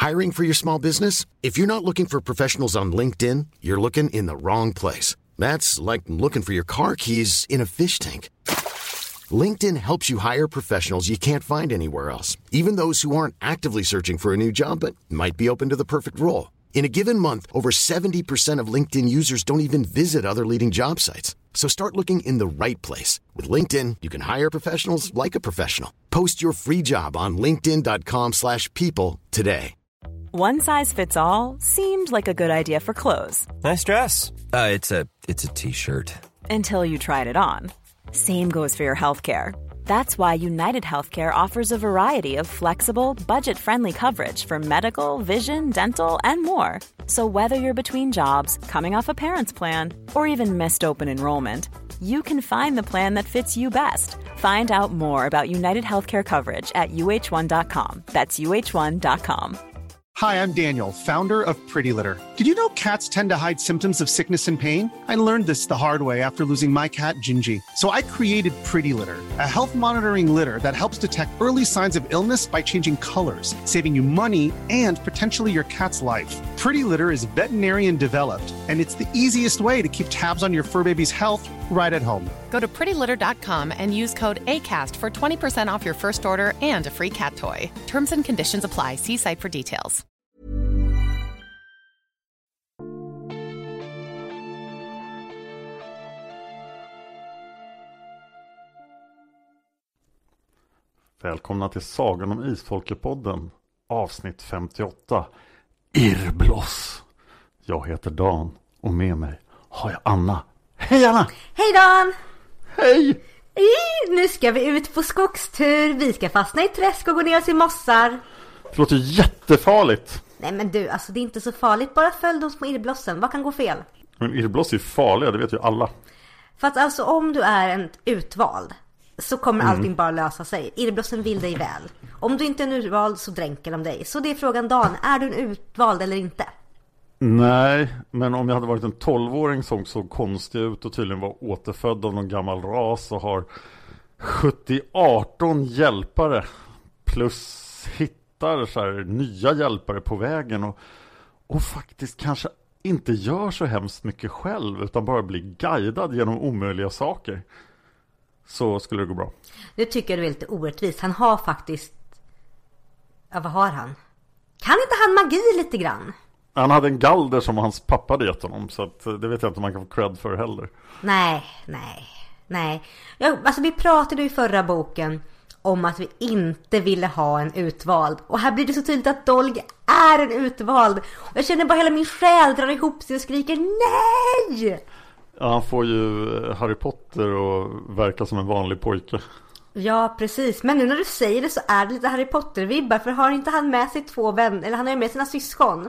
Hiring for your small business? If you're not looking for professionals on LinkedIn, you're looking in the wrong place. That's like looking for your car keys in a fish tank. LinkedIn helps you hire professionals you can't find anywhere else, even those who aren't actively searching for a new job but might be open to the perfect role. In a given month, over 70% of LinkedIn users don't even visit other leading job sites. So start looking in the right place. With LinkedIn, you can hire professionals like a professional. Post your free job on linkedin.com/people today. One size fits all seemed like a good idea for clothes. Nice dress. It's a t-shirt. Until you tried it on. Same goes for your healthcare. That's why United Healthcare offers a variety of flexible, budget-friendly coverage for medical, vision, dental, and more. So whether you're between jobs, coming off a parent's plan, or even missed open enrollment, you can find the plan that fits you best. Find out more about United Healthcare coverage at uh1.com. That's uh1.com. Hi, I'm Daniel, founder of Pretty Litter. Did you know cats tend to hide symptoms of sickness and pain? I learned this the hard way after losing my cat, Gingy. So I created Pretty Litter, a health monitoring litter that helps detect early signs of illness by changing colors, saving you money and potentially your cat's life. Pretty Litter is veterinarian developed, and it's the easiest way to keep tabs on your fur baby's health right at home. Go to prettylitter.com and use code ACAST for 20% off your first order and a free cat toy. Terms and conditions apply. See site for details. Välkomna till Sagan om Isfolkepodden, avsnitt 58, Irblos. Jag heter Dan och med mig har jag Anna. Hej Anna! Hej Dan! Hej! Nu ska vi ut på skogstur, vi ska fastna i träsk och gå ner oss i mossar. Det låter jättefarligt. Nej men du, alltså det är inte så farligt, bara följ de små irblossen, vad kan gå fel? Men irbloss är farliga, det vet ju alla. För att alltså om du är en utvald så kommer allting bara lösa sig. Irblossen vill dig väl. Om du inte är en utvald så dränker de dig. Så det är frågan Dan, är du en utvald eller inte? Nej, men om jag hade varit en 12-åring som såg konstig ut och tydligen var återfödd av någon gammal ras och har 70-18 hjälpare plus hittar så här nya hjälpare på vägen och faktiskt kanske inte gör så hemskt mycket själv utan bara blir guidad genom omöjliga saker, så skulle det gå bra. Nu tycker du är lite orättvist. Han har faktiskt... Ja, vad har han? Kan inte han magi lite grann? Han hade en galder som hans pappa hade gett honom, så att det vet jag inte om man kan få cred för heller. Nej. Alltså vi pratade i förra boken om att vi inte ville ha en utvald. Och här blir det så tydligt att Dolg är en utvald. Och jag känner bara hela min själ drar ihop sig och skriker nej! Ja, han får ju Harry Potter och verkar som en vanlig pojke. Ja, precis. Men nu när du säger det så är det lite Harry Potter-vibbar. För har inte han med sig 2 vänner? Eller han har ju med sina syskon.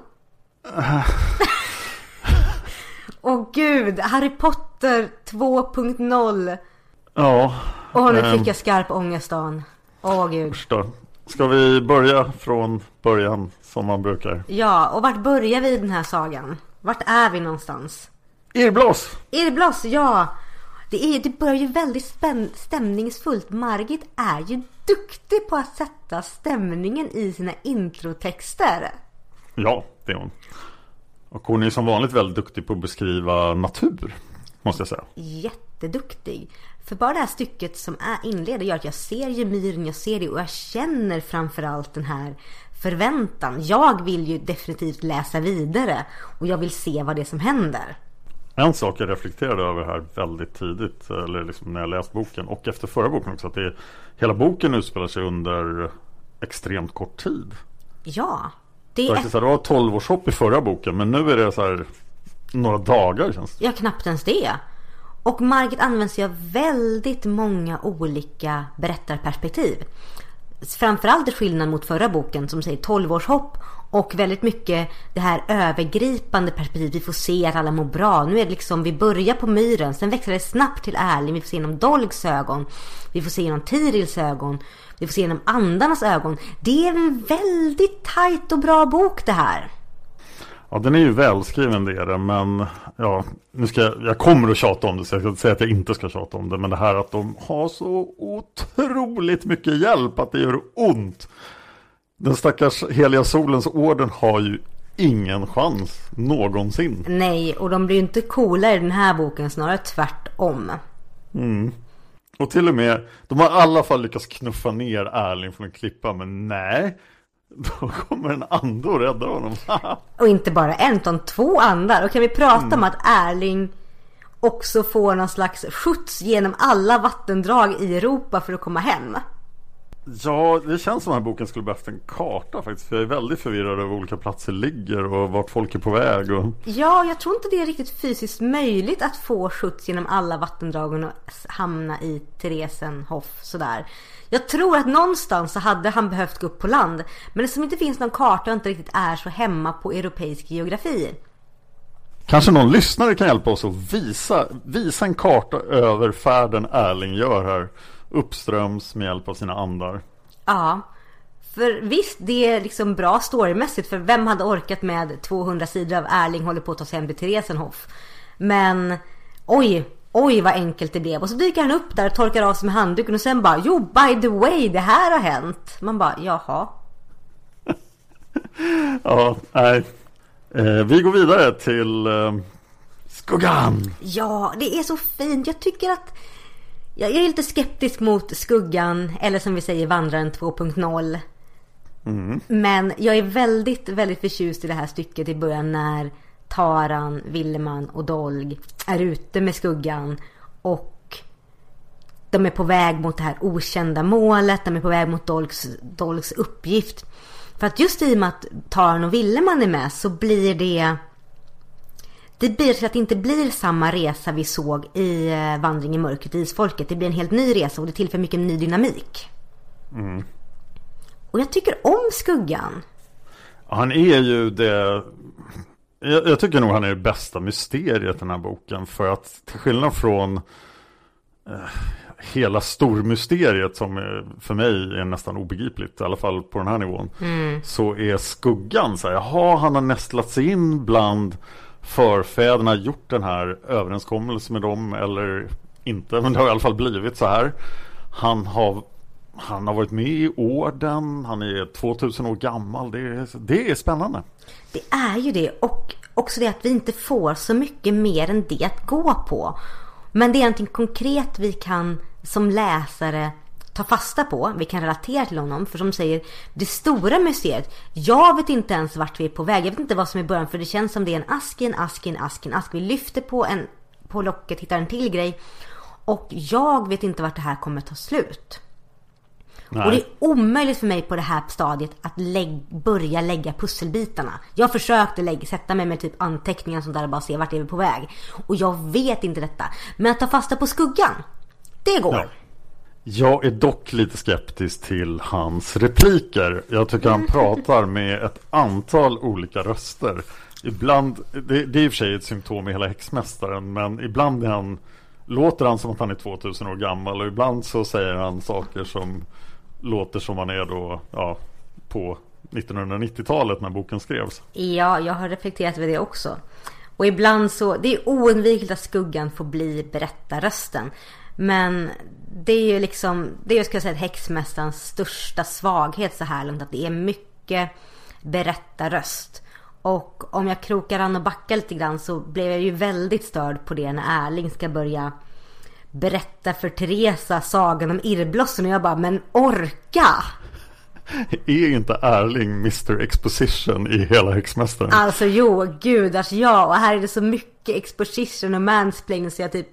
Åh gud, Harry Potter 2.0. Ja. Åh, nu fick jag skarp ångest, Dan. Åh gud. Förstå. Ska vi börja från början som man brukar? Ja, och vart börjar vi i den här sagan? Vart är vi någonstans? Irblos, ja. Det börjar ju väldigt stämningsfullt. Margit är ju duktig på att sätta stämningen i sina introtexter. Ja, det är hon. Och hon är som vanligt väldigt duktig på att beskriva natur, måste jag säga. Jätteduktig. För bara det här stycket som inleder gör att jag ser ju myren, jag ser det och jag känner framförallt den här förväntan. Jag vill ju definitivt läsa vidare och jag vill se vad det är som händer. En sak jag reflekterade över här väldigt tidigt, eller liksom när jag läste boken och efter förra boken också, att hela boken utspelar sig under extremt kort tid. Ja, det var 12-årshopp i förra boken, men nu är det så här några dagar känns det. Ja, knappt ens det. Och Margit använder sig av väldigt många olika berättarperspektiv. Framförallt är skillnad mot förra boken som säger 12-årshopp och väldigt mycket det här övergripande perspektivet. Vi får se att alla mår bra. Nu är det liksom, vi börjar på myren, sen växlar det snabbt till Erling. Vi får se genom Dolgs ögon, vi får se genom Tirils ögon, vi får se genom andarnas ögon. Det är en väldigt tajt och bra bok det här. Ja, den är ju välskriven, det är det, men ja, jag kommer att tjata om det, så jag ska säga att jag inte ska tjata om det, men det här att de har så otroligt mycket hjälp att det gör ont. Den stackars heliga solens orden har ju ingen chans någonsin. Nej, och de blir ju inte coolare i den här boken, snarare tvärtom. Och till och med, de har i alla fall lyckats knuffa ner Erling från en klippa, men nej, då kommer en ande och räddar honom. Och inte bara en, utan 2 andar. Och kan vi prata om att Erling också får någon slags skjuts genom alla vattendrag i Europa för att komma hem? Ja, det känns som att den här boken skulle behövt en karta faktiskt. För jag är väldigt förvirrad över olika platser ligger och vart folk är på väg. Ja, jag tror inte det är riktigt fysiskt möjligt att få skjuts genom alla vattendragen och hamna i Theresenhof sådär. Jag tror att någonstans så hade han behövt gå upp på land. Men eftersom det inte finns någon karta och inte riktigt är så hemma på europeisk geografi. Kanske någon lyssnare kan hjälpa oss att visa en karta över färden Erling gör här uppströms med hjälp av sina andar. Ja, för visst, det är liksom bra storymässigt, för vem hade orkat med 200 sidor av Erling håller på att ta sig hem till Theresenhof. Men oj vad enkelt det blev. Och så dyker han upp där och torkar av sig med handduken och sen bara, jo, by the way, det här har hänt. Man bara, jaha. Ja, nej. Vi går vidare till Skuggan. Ja, det är så fint. Jag tycker att jag är lite skeptisk mot Skuggan, eller som vi säger, Vandraren 2.0. Men jag är väldigt, väldigt förtjust i det här stycket i början när Taran, Villeman och Dolg är ute med Skuggan och de är på väg mot det här okända målet, de är på väg mot Dolgs uppgift. För att just i och med att Taran och Villeman är med så blir det blir så att det inte blir samma resa vi såg i Vandring i mörkret i Isfolket. Det blir en helt ny resa och det tillför mycket ny dynamik. Och jag tycker om Skuggan. Han är ju det... Jag tycker nog han är det bästa mysteriet i den här boken. För att till skillnad från hela stormysteriet som för mig är nästan obegripligt, i alla fall på den här nivån, så är Skuggan så här, jaha, han har nästlat sig in bland förfäderna, gjort den här överenskommelsen med dem eller inte, men det har i alla fall blivit så här. Han har varit med i orden, han är 2000 år gammal. Det är spännande. Det är ju det, och också det att vi inte får så mycket mer än det att gå på. Men det är någonting konkret vi kan som läsare ta fasta på. Vi kan relatera till honom. För som säger, det stora mysteriet, jag vet inte ens vart vi är på väg. Jag vet inte vad som är början, för det känns som det är en ask. Vi lyfter på locket, hittar en till grej. Och jag vet inte vart det här kommer ta slut. Nej. Och det är omöjligt för mig på det här stadiet att börja lägga pusselbitarna. Jag försökte sätta mig med typ anteckningar och sånt där och bara se vart är vi på väg. Och jag vet inte detta. Men att ta fasta på Skuggan, det går. Nej. Jag är dock lite skeptisk till hans repliker. Jag tycker han pratar med ett antal olika röster. Ibland, det är i och för sig ett symptom i hela Häxmästaren, men ibland låter han som att han är 2000 år gammal och ibland så säger han saker som låter som han är då, ja, på 1990-talet när boken skrevs. Ja, jag har reflekterat över det också. Och ibland så, det är oundvikligt att Skuggan får bli berättarrösten. Men det är ju liksom, det är ju, ska jag säga, Häxmästarens största svaghet så här långt, att det är mycket berättarröst. Och om jag krokar an och backar lite grann så blev jag ju väldigt störd på det när Erling ska börja berätta för Teresa sagan om Irrblossen och jag bara, men orka! Är inte Erling Mr. Exposition i hela Häxmästaren? Alltså jo, gudars ja, och här är det så mycket exposition och mansplaining så jag typ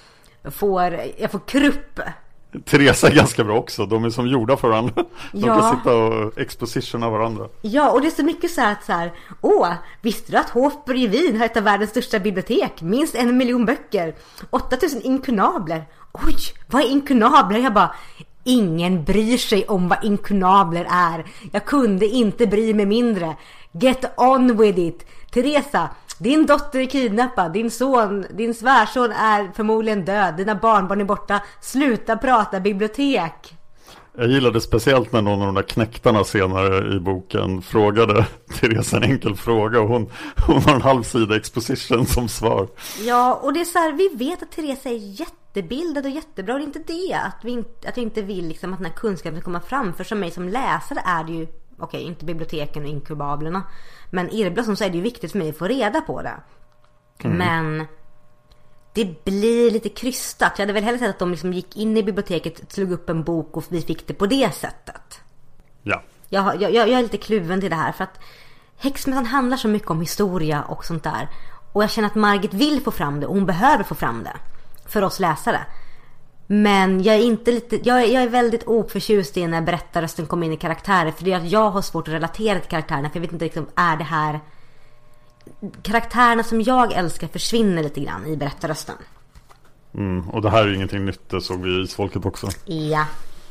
får krupp. Teresa är ganska bra också. De är som gjorda för varandra. De kan sitta och expositiona varandra. Ja, och det är så mycket så här, visste du att Hofburg i Wien har ett av världens största bibliotek? Minst 1 miljon böcker. 8000 inkunabler. Oj, vad är inkunabler? Jag bara, ingen bryr sig om vad inkunabler är. Jag kunde inte bry mig mindre. Get on with it. Teresa, din dotter är kidnappad, din svärson är förmodligen död, dina barnbarn är borta, sluta prata bibliotek. Jag gillade speciellt när någon av de där knäktarna senare i boken frågade Teresa en enkel fråga och hon har en halv sida exposition som svar. Ja, och det är så här, vi vet att Teresa är jättebildad och jättebra, och det är inte det att vi inte vill liksom att den här kunskapen ska komma fram, för som mig som läsare är det ju okej, inte biblioteken och inkubablerna. Men Irrbloss, som säger, det är ju viktigt för mig att få reda på det. Men det blir lite krystat. Jag hade väl hellre sett att de liksom gick in i biblioteket, slog upp en bok och vi fick det på det sättet. Ja. Jag är lite kluven till det här, för att Häxmästaren handlar så mycket om historia och sånt där. Och jag känner att Margit vill få fram det, och hon behöver få fram det för oss läsare. Men jag är väldigt oförtjust i när berättarrösten kommer in i karaktärer, för det är att jag har svårt att relatera till karaktärerna, för jag vet inte riktigt om är det här karaktärerna som jag älskar försvinner lite grann i berättarrösten. Och det här är ju ingenting nytt, det såg vi i Isfolket också. Ja.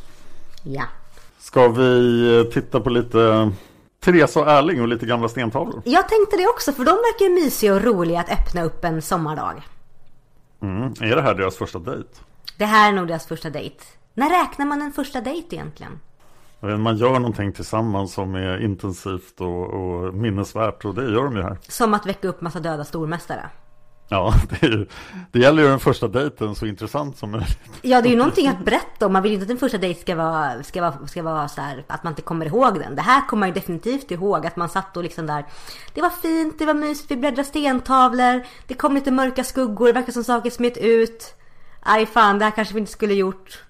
Ska vi titta på lite Teresa och Erling och lite gamla stentavlor? Jag tänkte det också, för de verkar ju mysiga och roliga att öppna upp en sommardag. Är det här deras första dejt? Det här är nog deras första dejt. När räknar man en första dejt egentligen? Man gör någonting tillsammans som är intensivt och minnesvärt, och det gör de ju här. Som att väcka upp massa döda stormästare. Ja, det gäller ju den första dejten så intressant som möjligt. Ja, det är ju någonting att berätta om. Man vill ju inte att en första dejt ska vara så här, att man inte kommer ihåg den. Det här kommer man ju definitivt ihåg, att man satt och liksom där. Det var fint, det var mysigt, vi bläddrade stentavlor. Det kom lite mörka skuggor, det verkar som saker smet ut. Aj fan, det här kanske vi inte skulle gjort.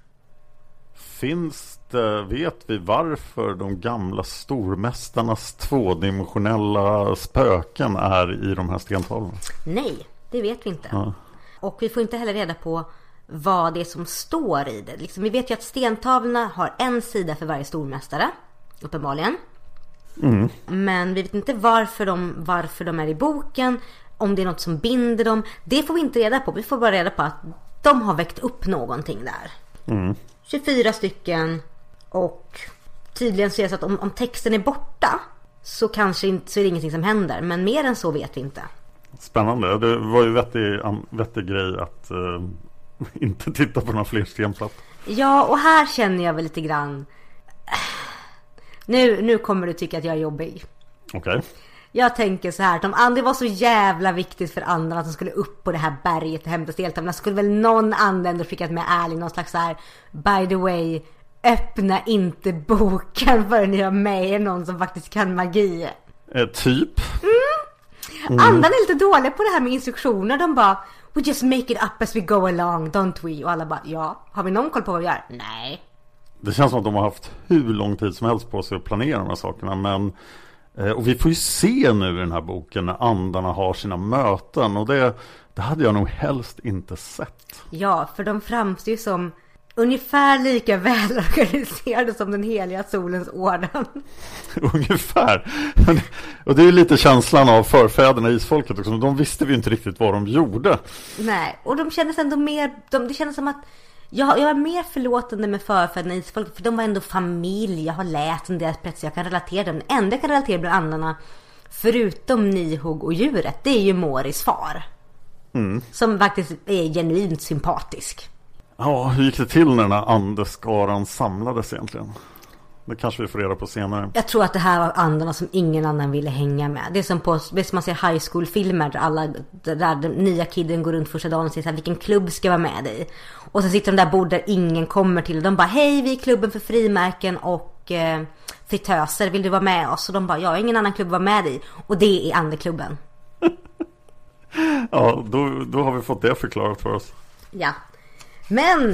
Vet vi varför de gamla stormästarnas tvådimensionella spöken är i de här stentavlorna? Nej, det vet vi inte. Ja. Och vi får inte heller reda på vad det är som står i det. Liksom, vi vet ju att stentavlorna har en sida för varje stormästare, uppenbarligen. Men vi vet inte varför de är i boken, om det är något som binder dem. Det får vi inte reda på. Vi får bara reda på att de har väckt upp någonting där. 24 stycken. Och tydligen så är det så att om texten är borta, så kanske inte, så är det ingenting som händer. Men mer än så vet vi inte. Spännande, det var ju vettig grej att inte titta på några fler stenplatt. Ja, och här känner jag väl lite grann, nu kommer du tycka att jag är jobbig. Okej. Jag tänker så här, att det var så jävla viktigt för andra att de skulle upp på det här berget och hämta steltavlorna. Skulle väl någon annan skickat med Erling någon slags så här, by the way, öppna inte boken förrän ni har med er någon som faktiskt kan magi. Typ. Andan är lite dålig på det här med instruktioner. De bara, we just make it up as we go along, don't we? Och alla bara, ja, har vi någon koll på vad vi gör? Nej. Det känns som att de har haft hur lång tid som helst på sig att planera de här sakerna. Men, och vi får ju se nu i den här boken när andarna har sina möten. Och det hade jag nog helst inte sett. Ja, för de framstår ju som ungefär lika välorganiserade som den heliga solens orden. Ungefär. Och det är ju lite känslan av förfäderna i Isfolket också. De visste vi inte riktigt vad de gjorde. Nej, och de kändes ändå mer, det kändes som att jag var mer förlåtande med förfäderna i Isfolket, för de var ändå familj. Jag har läst om deras berättelser, jag kan relatera dem. Det enda jag kan relatera bland andarna, förutom Nihog och djuret, det är ju Moris far. Som faktiskt är genuint sympatisk. Ja, hur gick det till när den här andeskaran samlades egentligen? Det kanske vi får reda på senare. Jag tror att det här var andarna som ingen annan ville hänga med. Det är som man ser high school-filmer där den nya kidden går runt första dagen och säger så här, vilken klubb ska vara med i? Och så sitter de där bord där ingen kommer till. De bara, hej, vi är klubben för frimärken och fritöser, vill du vara med oss? Och de bara, ja, ingen annan klubb var med i. Och det är andeklubben. Ja, då har vi fått det förklarat för oss. Ja. Men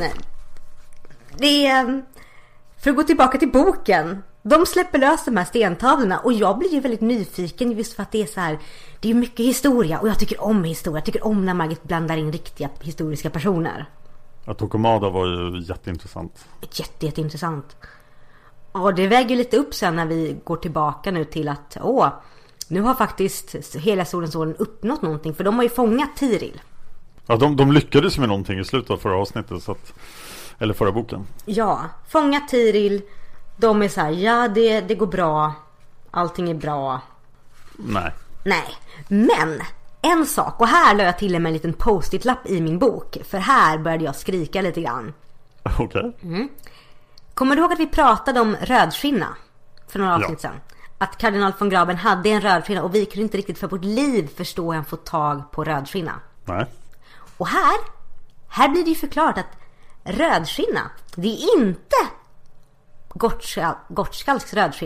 för att gå tillbaka till boken, de släpper lös de här stentavlorna, och jag blir ju väldigt nyfiken just för att det är så här, det är mycket historia, och jag tycker om historia. Jag tycker om när Margit blandar in riktiga historiska personer. Ja, Tokomada var ju jätteintressant. Jätteintressant. Och det väger lite upp sen när vi går tillbaka nu till att nu har faktiskt hela solens orden uppnått någonting, för de har ju fångat Tiril. Ja, de lyckades med någonting i slutet av förra avsnittet, eller förra boken. Ja, fånga Tiril. De är så här, ja, det går bra. Allting är bra. Nej, men en sak, och här la jag till med en liten post-it-lapp i min bok, för här började jag skrika lite grann. Okej. Kommer du ihåg att vi pratade om rödskinna för några avsnitt sedan? Att kardinal von Graben hade en rödskinna, och vi kunde inte riktigt för vårt liv förstå hur han fått tag på rödskinna. Nej. Och här blir det ju förklarat att rödskinna, det är inte Gottskalks rödskinna.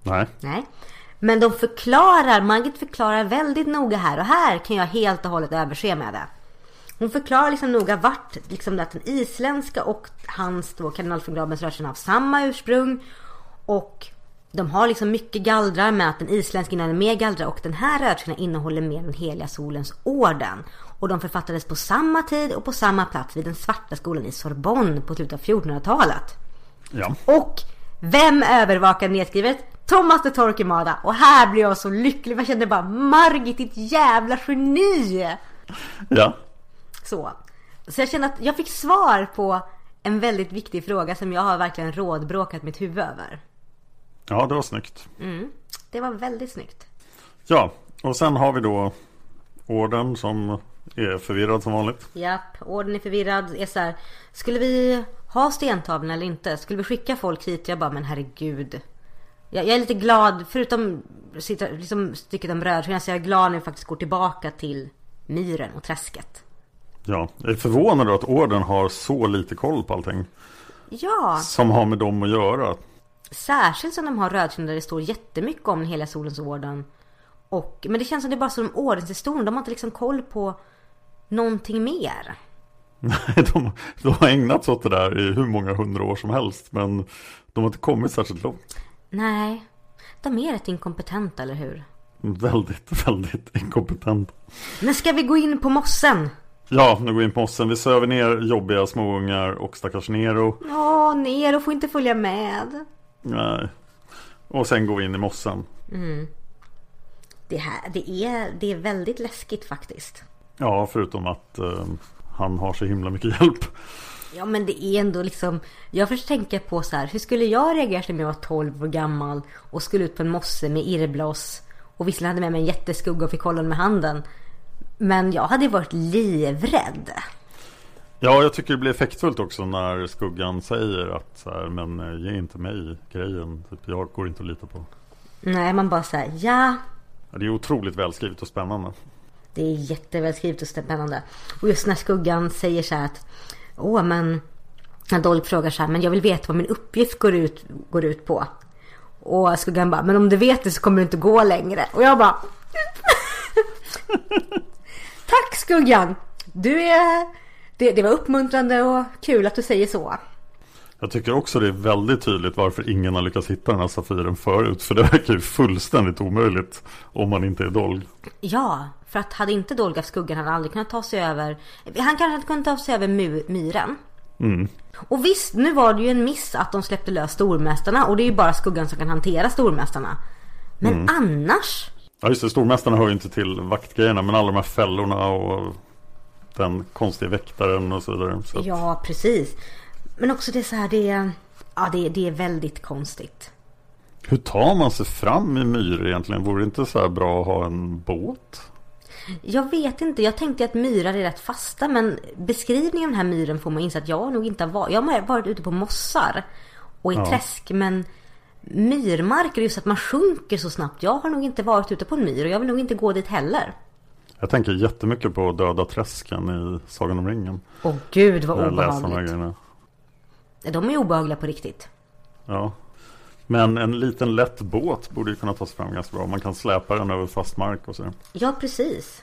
Nej. Men Margit förklarar väldigt noga här. Och här kan jag helt och hållet överse med det. Hon förklarar liksom noga vart liksom att den isländska och hans då kardinal von Grabens rörelsen har samma ursprung. Och de har liksom mycket gallrar med att den isländska innehåller mer gallrar. Och den här rörelsen innehåller mer den heliga solens orden. Och de författades på samma tid och på samma plats vid den svarta skolan i Sorbonne på slutet av 1400-talet. Ja. Och vem övervakar nedskrivet? Thomas de Torquemada. Och här blir jag så lycklig. Jag kände bara, Margit, ditt jävla geni. Ja. Så jag känner att jag fick svar på en väldigt viktig fråga som jag har verkligen rådbråkat mitt huvud över. Ja, det var snyggt. Det var väldigt snyggt. Ja, och sen har vi då orden som är förvirrad som vanligt. Japp, orden är förvirrad. Är så här, skulle vi ha stentavlan eller inte? Skulle vi skicka folk hit? Jag bara, men herregud. Jag är lite glad, förutom liksom stycket om röd, så jag är glad när vi faktiskt går tillbaka till myren och träsket. Ja, jag är förvånad att orden har så lite koll på allting. Ja. Som har med dem att göra. Särskilt som de har rödkinn där det står jättemycket om hela solens orden. Men det känns som det är bara som ordenshistorien. De har inte liksom koll på någonting mer. Nej, de har ägnat sig åt det där i hur många 100 år som helst. Men de har inte kommit särskilt långt. Nej, de är rätt inkompetenta, eller hur? Väldigt, väldigt inkompetent. Men ska vi gå in på mossen? Ja, nu går vi in på mossen. Vi söver ner jobbiga småungar och stackars Nero. Ja, Nero får inte följa med. Nej. Och sen går vi in i mossen. Det är väldigt läskigt faktiskt. Ja, förutom att han har så himla mycket hjälp. Ja, men det är ändå liksom... Jag försöker tänka på så här, hur skulle jag reagera när jag var 12 år gammal och skulle ut på en mosse med irrbloss och visserligen hade med mig en jätteskugga och fick hålla med handen. Men jag hade varit livrädd. Ja, jag tycker det blir effektfullt också när skuggan säger att så här, men ge inte mig grejen. Typ, jag går inte att lita på. Nej, man bara säger ja. Det är otroligt välskrivet och spännande. Det är jättevälskrivet och spännande. Och just när skuggan säger så här att men när Dolk frågar så här, men jag vill veta vad min uppgift går ut på. Och skuggan bara, men om du vet det så kommer du inte gå längre. Och jag bara tack skuggan. Det var uppmuntrande och kul att du säger så. Jag tycker också det är väldigt tydligt varför ingen har lyckats hitta den här safiren förut. För det verkar ju fullständigt omöjligt om man inte är Dolg. Ja, för att hade inte Dolg haft skuggan hade han aldrig kunnat ta sig över. Han kanske hade kunnat ta sig över myren. Och visst, nu var det ju en miss att de släppte lös stormästarna. Och det är ju bara skuggan som kan hantera stormästarna. Men annars... Ja just det, stormästarna hör ju inte till vaktgrejerna. Men alla de här fällorna och den konstiga väktaren och så vidare. Så att... Ja, precis. Men också det är så här, det är väldigt konstigt. Hur tar man sig fram i myr egentligen? Vore det inte så här bra att ha en båt? Jag vet inte, jag tänkte att myrar är rätt fasta. Men beskrivningen av den här myren får man inse att jag nog inte har varit. Jag har varit ute på mossar och i träsk. Men myrmarker är just att man sjunker så snabbt. Jag har nog inte varit ute på en myr och jag vill nog inte gå dit heller. Jag tänker jättemycket på Döda träsken i Sagan om ringen. Åh gud vad obehagligt. De är obehagliga på riktigt. Ja. Men en liten lätt båt borde ju kunna ta sig fram ganska bra. Man kan släpa den över fast mark och så. Ja, precis.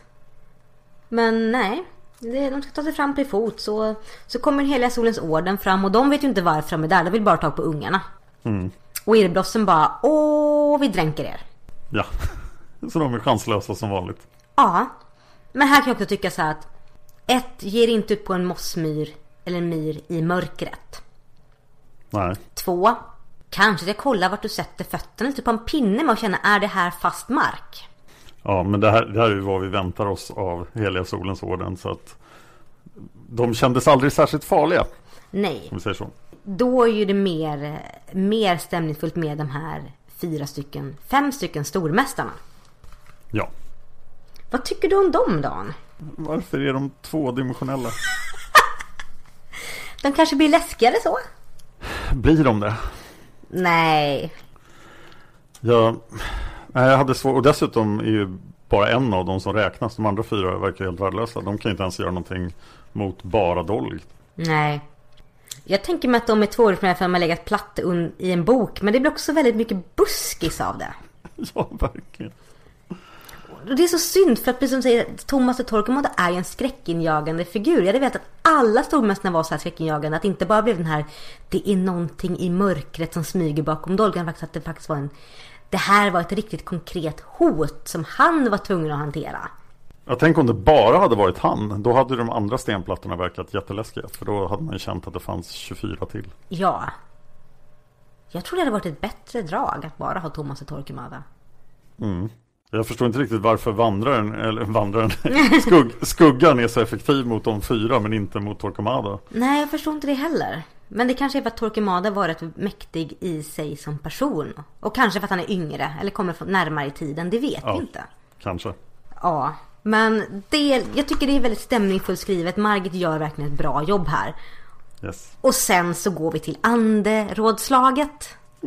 Men nej, de ska ta sig fram på fot. Så kommer hela solens orden fram. Och de vet ju inte varför de är där. De vill bara ta på ungarna. Och irrblossen bara, vi dränker er. Ja, så de är chanslösa som vanligt. Ja, men här kan jag också tycka så här att 1, ger inte ut på en mossmyr eller en myr i mörkret. Nej. 2, kanske jag kollar vart du sätter fötterna typ på en pinne med och känna, är det här fast mark? Ja, men det här är ju vad vi väntar oss av heliga solens orden. Så att de kändes aldrig särskilt farliga. Nej. Om vi säger så. Då är ju det mer stämningsfullt med de här 5 stycken stormästarna. Ja. Vad tycker du om dem, Dan? Varför är de tvådimensionella? De kanske blir läskigare så? Blir de det? Nej. Jag hade svårt. Och dessutom är ju bara en av dem som räknas. De andra 4 verkar helt värdelösa. De kan inte ens göra någonting mot bara Dolg. Nej. Jag tänker mig att de är 2 år för man har legat platt i en bok. Men det blir också väldigt mycket buskis av det. Ja, verkligen. Och det är så synd för att precis som säger Thomas de Torquemada är ju en skräckinjagande figur. Jag hade vetat att alla stormästarna var så här skräckinjagande. Att det inte bara blev den här det är någonting i mörkret som smyger bakom dolken. Faktiskt att det faktiskt var det här var ett riktigt konkret hot som han var tvungen att hantera. Jag tänker om det bara hade varit han. Då hade de andra stenplattorna verkat jätteläskiga. För då hade man ju känt att det fanns 24 till. Ja. Jag tror det hade varit ett bättre drag att bara ha Thomas de Torquemada. Jag förstår inte riktigt varför skuggan är så effektiv mot de 4 men inte mot Torquemada. Nej, jag förstår inte det heller. Men det kanske är för att Torquemada var rätt mäktig i sig som person. Och kanske för att han är yngre eller kommer närmare i tiden, det vet vi inte. Kanske. Ja, men jag tycker det är väldigt stämningsfullt skrivet. Margit gör verkligen ett bra jobb här. Yes. Och sen så går vi till anderådslaget.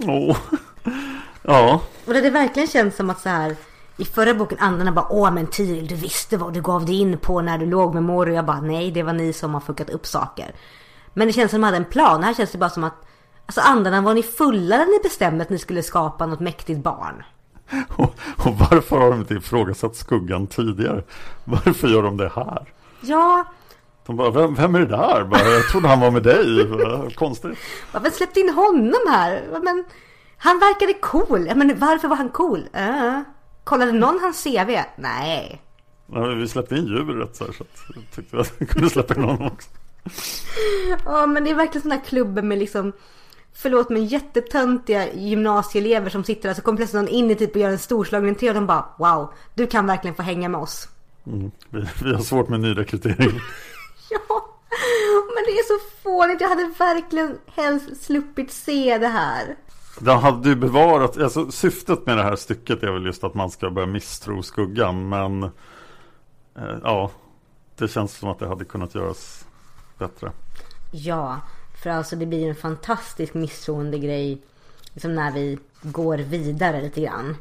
Ja. Och det verkligen känns som att så här i förra boken andarna bara men Tyriel, du visste vad du gav dig in på när du låg med Mor. Och jag bara nej, det var ni som har fuckat upp saker. Men det känns som att de hade en plan. Här känns det bara som att alltså andarna var ni fulla när ni bestämde att ni skulle skapa något mäktigt barn. Och varför har de inte ifrågasatt skuggan tidigare? Varför gör de det här? Ja. De bara, vem är det där? Jag trodde han var med dig. Konstigt. Varför släppte in honom här? Men han verkade cool. Men varför var han cool? Kollade någon hans CV? Nej. Ja, vi släppte in djuret så att jag tyckte att vi kunde släppa in honom också. Ja, men det är verkligen sådana här klubbar med liksom förlåt men jättetöntiga gymnasieelever som sitter där så kommer plötsligt någon in i typ och gör en storslagen entré och de bara wow, du kan verkligen få hänga med oss. Vi har svårt med nyrekrytering. Ja, men det är så fånigt. Jag hade verkligen helst sluppit se det här. Den hade ju bevarat, alltså syftet med det här stycket är väl just att man ska börja misstro skuggan, men ja, det känns som att det hade kunnat göras bättre. Ja, för alltså det blir en fantastisk misstroende grej liksom när vi går vidare lite grann.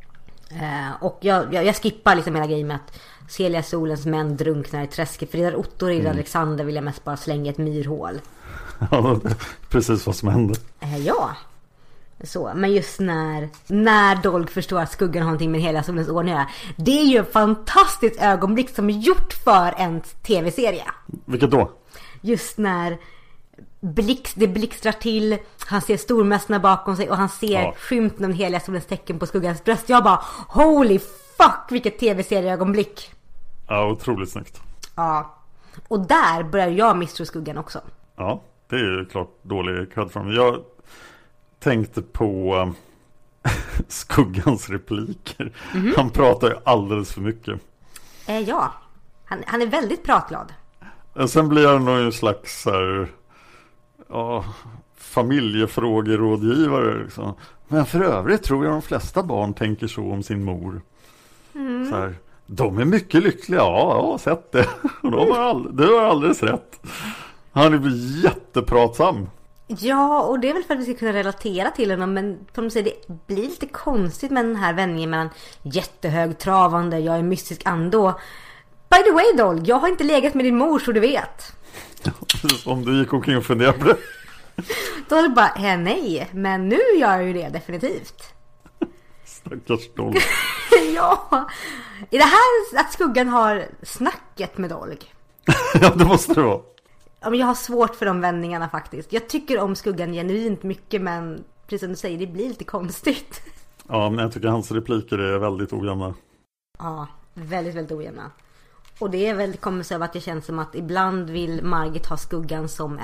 Och jag skippar liksom hela grejen med att Celia Solens män drunknar i träsket. För det där Otto och Alexander vill jag mest bara slänga ett myrhål. Ja, precis vad som hände. Ja. Så, men just när Dolg förstår att skuggan har någonting med hela Solens ordning att göra. Det är ju ett fantastiskt ögonblick som är gjort för en tv-serie. Vilket då? Just när det blixtrar till, han ser stormästarna bakom sig och han ser skymten av hela Solens tecken på skuggans bröst. Jag bara, holy fuck, vilket tv-serieögonblick. Ja, otroligt snyggt. Ja, och där börjar jag misstro skuggan också. Ja, det är ju klart dålig cred från mig. Jag tänkte på skuggans repliker. Han pratar ju alldeles för mycket. Ja, han är väldigt pratglad. Sen blir han nog en slags här, familjefrågerådgivare liksom. Men för övrigt tror jag de flesta barn tänker så om sin mor. Så här, de är mycket lyckliga. Ja, jag har sett det. Du har alldeles rätt. Han är jättepratsam. Ja, och det är väl för att vi ska kunna relatera till honom. Men som du säger, det blir lite konstigt med den här vändningen mellan jättehögtravande, jag är mystisk ande. By the way, Dolg, jag har inte legat med din mor så du vet. Om du gick omkring och funderade på det. Dolg bara, nej, men nu gör jag ju det definitivt. Stackars Dolg. Ja, är det här att skuggan har snacket med Dolg? Ja, det måste det vara. Ja, men jag har svårt för de vändningarna faktiskt. Jag tycker om skuggan genuint mycket, men precis som du säger, det blir lite konstigt. Ja, men jag tycker hans repliker är väldigt ojämna. Ja, väldigt, väldigt ojämna. Och det är väl kommer sig av att det känns som att ibland vill Margit ha skuggan som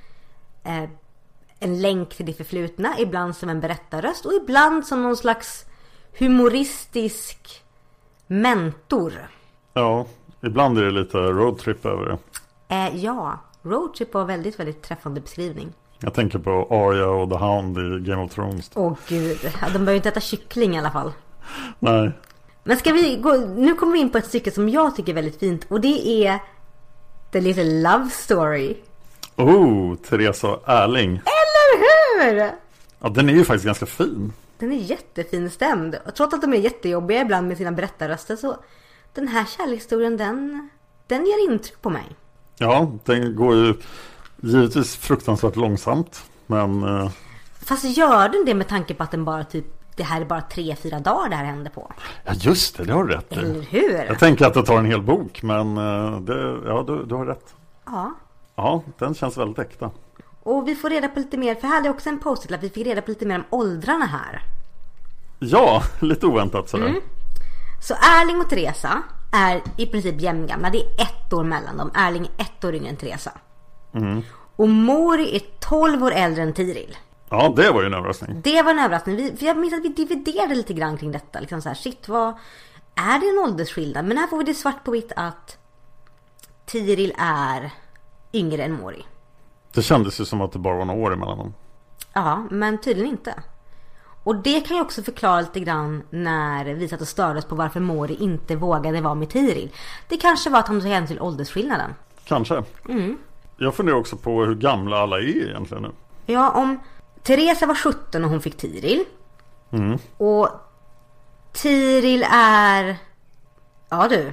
en länk till det förflutna, ibland som en berättarröst och ibland som någon slags humoristisk mentor. Ja, ibland är det lite roadtrip över det. Ja, roadtrip var väldigt, väldigt träffande beskrivning. Jag tänker på Arya och The Hound i Game of Thrones. Åh gud, de börjar ju inte äta kyckling i alla fall. Nej. Men ska vi gå, nu kommer vi in på ett stycke som jag tycker är väldigt fint. Och det är The Little Love Story. Teresa Erling. Eller hur? Ja, den är ju faktiskt ganska fin. Den är jättefin stämd. Och trots att de är jättejobbiga ibland med sina berättarröster, så den här kärlekshistorien, den ger intryck på mig. Ja, den går ju Givetvis fruktansvärt långsamt, men... Fast gör den det med tanke på att den bara det här är bara 3-4 dagar det här händer på? Ja, just det har du rätt. Eller hur? Jag tänker att det tar en hel bok, men du har rätt. Ja. Ja, den känns väldigt äkta. Och vi får reda på lite mer, för här är också en post-it att vi fick reda på lite mer om åldrarna här. Ja, lite oväntat sådär. Så Erling och Teresa är i princip jämngamla. Det är 1 år mellan dem. Erling är 1 år yngre än Teresa. Och Mori är 12 år äldre än Tiril. Ja, det var ju en överraskning. Det var en överraskning. Jag minns att vi dividerade lite grann kring detta. Liksom så här, shit, vad är det en åldersskillnad? Men här får vi det svart på vitt att Tiril är yngre än Mori. Det kändes ju som att det bara var några år emellan dem. Ja, men tydligen inte. Och det kan ju också förklara lite grann när vi satt och stördes på varför Mori inte vågade vara med Tiril. Det kanske var att han tog hänsyn till åldersskillnaden. Kanske. Jag funderar också på hur gamla alla är egentligen nu. Ja, om Teresa var 17 och hon fick Tiril. Och Tiril är... Ja du.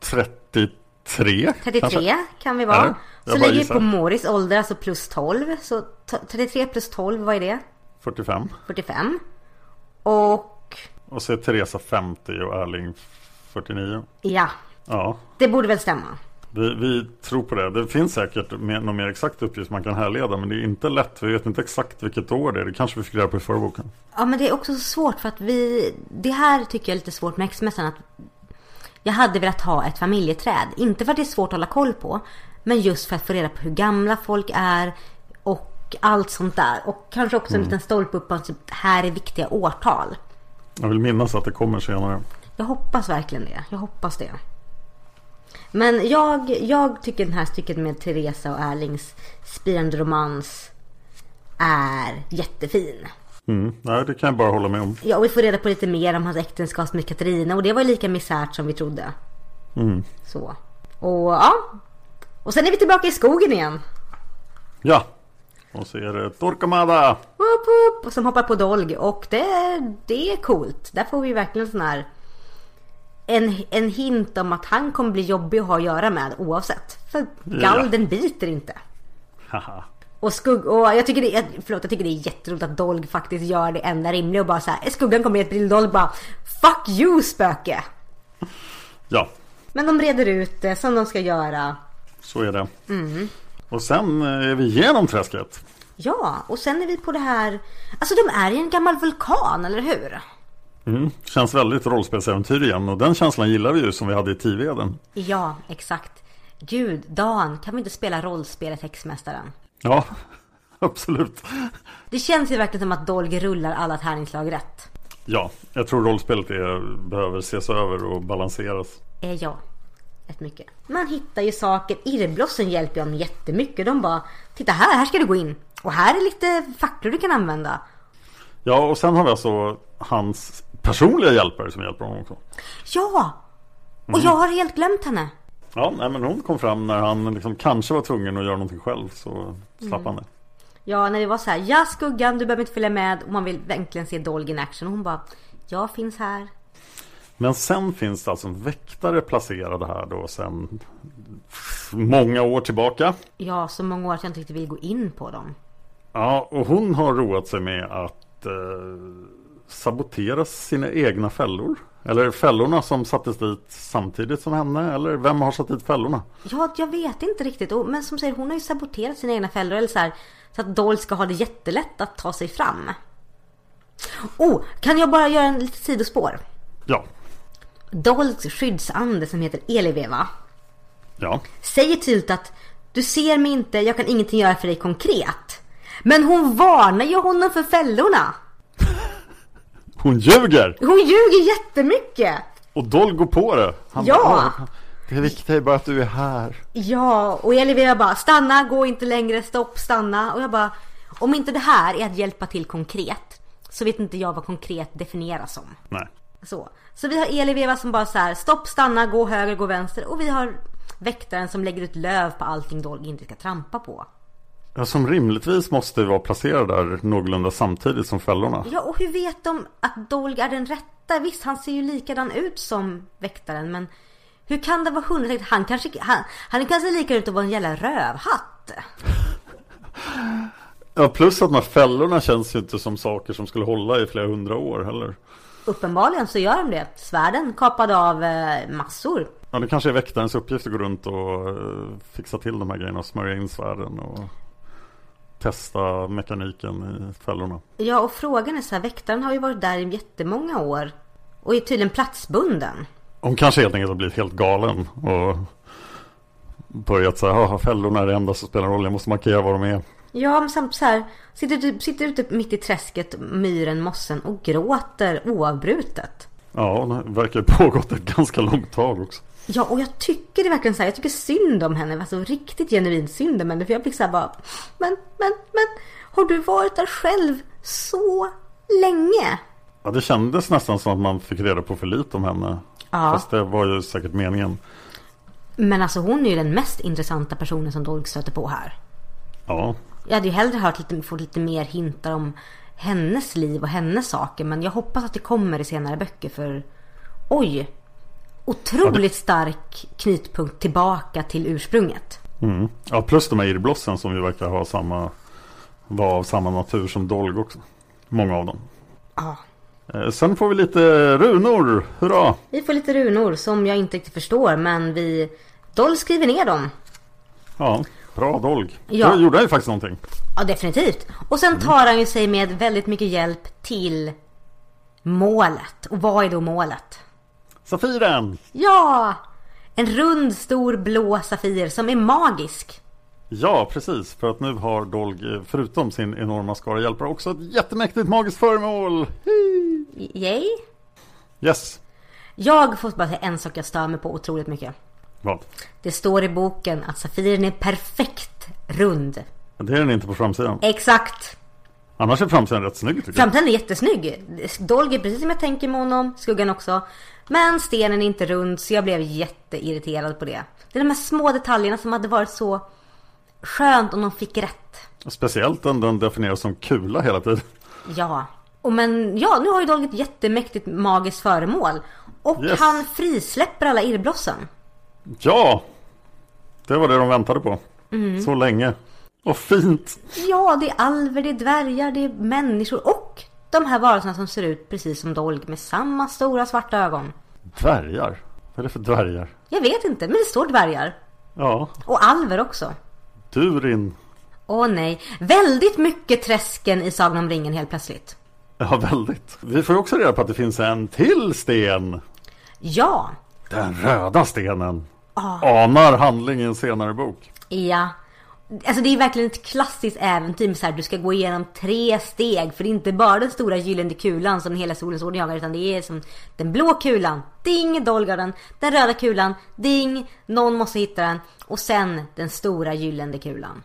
33 kanske? Kan vi vara. Så lägger vi på Moris ålder, alltså plus 12. Så 33 plus 12, vad är det? 45. Och så är Teresa 50 och Erling 49. Ja. Det borde väl stämma. Vi tror på det. Det finns säkert någon mer exakt uppgift man kan härleda, men det är inte lätt. Vi vet inte exakt vilket år det är. Det kanske vi fick reda på i förra boken. Ja, men det är också så svårt för att det här tycker jag är lite svårt med X-mässan, att jag hade velat ha ett familjeträd. Inte för att det är svårt att hålla koll på, men just för att få reda på hur gamla folk är och allt sånt där. Och kanske också en liten stolpe upp på att här är viktiga årtal. Jag vill minnas att det kommer senare. Jag hoppas verkligen det. Jag hoppas det. Men jag tycker den här stycket med Teresa och Erlings spirande romans är jättefin. Nej, det kan jag bara hålla med om. Ja, och vi får reda på lite mer om hans äktenskap med Katarina. Och det var lika misärt som vi trodde. Så. Och ja. Och sen är vi tillbaka i skogen igen. Ja. Och så är det Torquemada. Och som hoppar på Dolg. Och det är coolt. Där får vi verkligen sån här en hint om att han kommer bli jobbig att ha att göra med oavsett. För galden biter inte. Haha. Och jag tycker det är jätteroligt att Dolg faktiskt gör det enda rimliga och bara så här, skuggan kommer ner till Dolg bara fuck you, spöke. Ja. Men de reder ut det som de ska göra. Så är det. Och sen är vi igenom träsket. Ja, och sen är vi på det här. Alltså de är i en gammal vulkan, eller hur? Känns väldigt rollspelsäventyr igen. Och den känslan gillar vi ju som vi hade i Tiveden. Ja, exakt. Gud, Dan, kan vi inte spela rollspelet Häxmästaren? Ja, absolut. Det känns ju verkligen som att Dolg rullar alla tärningslag rätt. Ja, jag tror rollspelet behöver ses över och balanseras. Ja, rätt mycket. Man hittar ju saker. Irrblossen hjälper dem jättemycket. De bara, titta här ska du gå in. Och här är lite facklor du kan använda. Ja, och sen har vi alltså hans personliga hjälpare som hjälper honom också. Ja, och jag har helt glömt henne. Ja, nej, men hon kom fram när han liksom kanske var tvungen att göra någonting själv, så slapp han det. Ja, när vi var så här, ja skuggan, du behöver inte följa med. Och man vill verkligen se Dolg in action. Och hon bara, jag finns här. Men sen finns det alltså en väktare placerad här då sen många år tillbaka. Ja, så många år att jag inte riktigt vill gå in på dem. Ja, och hon har roat sig med att sabotera sina egna fällor. Eller fällorna som sattes dit samtidigt som henne. Eller vem har satt dit fällorna? Ja, jag vet inte riktigt. Men som säger, hon har ju saboterat sina egna fällor. Eller så att Dolg ska ha det jättelätt att ta sig fram. Kan jag bara göra en lite sidospår? Ja. Dolgs skyddsande som heter Eliveva. Ja. Säger tydligt att du ser mig inte, jag kan ingenting göra för dig konkret. Men hon varnar ju honom för fällorna. Hon ljuger! Hon ljuger jättemycket! Och Dolg går på det. Han bara, det viktiga är bara att du är här. Ja, och Elivera bara, stanna, gå inte längre, stopp, stanna. Och jag bara, om inte det här är att hjälpa till konkret, så vet inte jag vad konkret definieras som. Nej. Så vi har Elivera som bara så här, stopp, stanna, gå höger, gå vänster. Och vi har väktaren som lägger ut löv på allting Dolg inte ska trampa på. Ja, som rimligtvis måste vara placerad där någorlunda samtidigt som fällorna. Ja, och hur vet de att Dolg är den rätta? Visst, han ser ju likadan ut som väktaren, men hur kan det vara 100%? Han är kanske lika ut att vara en jävla rövhatt. Ja, plus att de här fällorna känns ju inte som saker som skulle hålla i flera 100 år heller. Uppenbarligen så gör de det. Svärden kapade av massor. Ja, det kanske är väktarens uppgift att gå runt och fixa till de här grejerna och smörja in svärden och testa mekaniken i fällorna. Ja, och frågan är så här, väktaren har ju varit där i jättemånga år och är tydligen platsbunden. Hon kanske helt enkelt har blivit helt galen och börjat så här, fällorna är det enda som spelar roll, jag måste markera vad de är. Ja, men samt så här, sitter ute mitt i träsket, myren, mossen och gråter oavbrutet. Ja, det verkar pågått ett ganska långt tag också. Ja, och jag tycker det verkligen så här, jag tycker synd om henne, alltså riktigt genuint synd om henne, för jag blir så här bara, men, har du varit där själv så länge? Ja, det kändes nästan som att man fick reda på för lite om henne. Ja. Fast det var ju säkert meningen. Men alltså hon är ju den mest intressanta personen som Dolg stöter på här. Ja. Jag hade ju hellre fått lite mer hintar om hennes liv och hennes saker, men jag hoppas att det kommer i senare böcker, för oj, otroligt stark knytpunkt tillbaka till ursprunget. Mm. Ja, plus de här irrblossen som ju verkar vara av samma natur som Dolg också. Många av dem. Ja. Sen får vi lite runor, hurra! Vi får lite runor som jag inte riktigt förstår, men Dolg skriver ner dem. Ja, bra Dolg. Ja. Då gjorde han ju faktiskt någonting. Ja, definitivt. Och sen tar han ju sig med väldigt mycket hjälp till målet. Och vad är då målet? Safiren! Ja! En rund, stor, blå safir som är magisk. Ja, precis. För att nu har Dolg, förutom sin enorma skara hjälpare, också ett jättemäktigt magiskt föremål. Yay? Yes. Jag får bara säga en sak jag stör mig på otroligt mycket. Vad? Det står i boken att safiren är perfekt rund. Det är den inte på framsidan. Exakt. Annars är framsidan rätt snygg, tycker jag. Framsidan är jättesnygg. Dolg är precis som jag tänker med honom. Skuggan också. Men stenen är inte rund, så jag blev jätteirriterad på det. Det är de här små detaljerna som hade varit så skönt om de fick rätt. Speciellt den definieras som kula hela tiden. Ja. Men ja, nu har ju Dolg ett jättemäktigt magiskt föremål. Och yes. Han frisläpper alla irrblossen. Ja, det var det de väntade på. Så länge. Och fint. Ja, det är alver, det är dvärgar, det är människor och de här varelserna som ser ut precis som Dolg med samma stora svarta ögon. Dvärgar? Vad är det för dvärgar? Jag vet inte, men det står dvärgar. Ja. Och alver också. Durin. Åh nej, väldigt mycket träsken i Sagan om ringen helt plötsligt. Ja, väldigt. Vi får ju också reda på att det finns en till sten. Ja. Den röda stenen. Anar handling i en senare bok. Ja. Alltså det är verkligen ett klassiskt äventyr med så här, du ska gå igenom 3 steg, för det är inte bara den stora gyllene kulan som hela solens orden jagar, utan det är som den blå kulan, ding, Dolgarden, den röda kulan, ding, någon måste hitta den, och sen den stora gyllene kulan.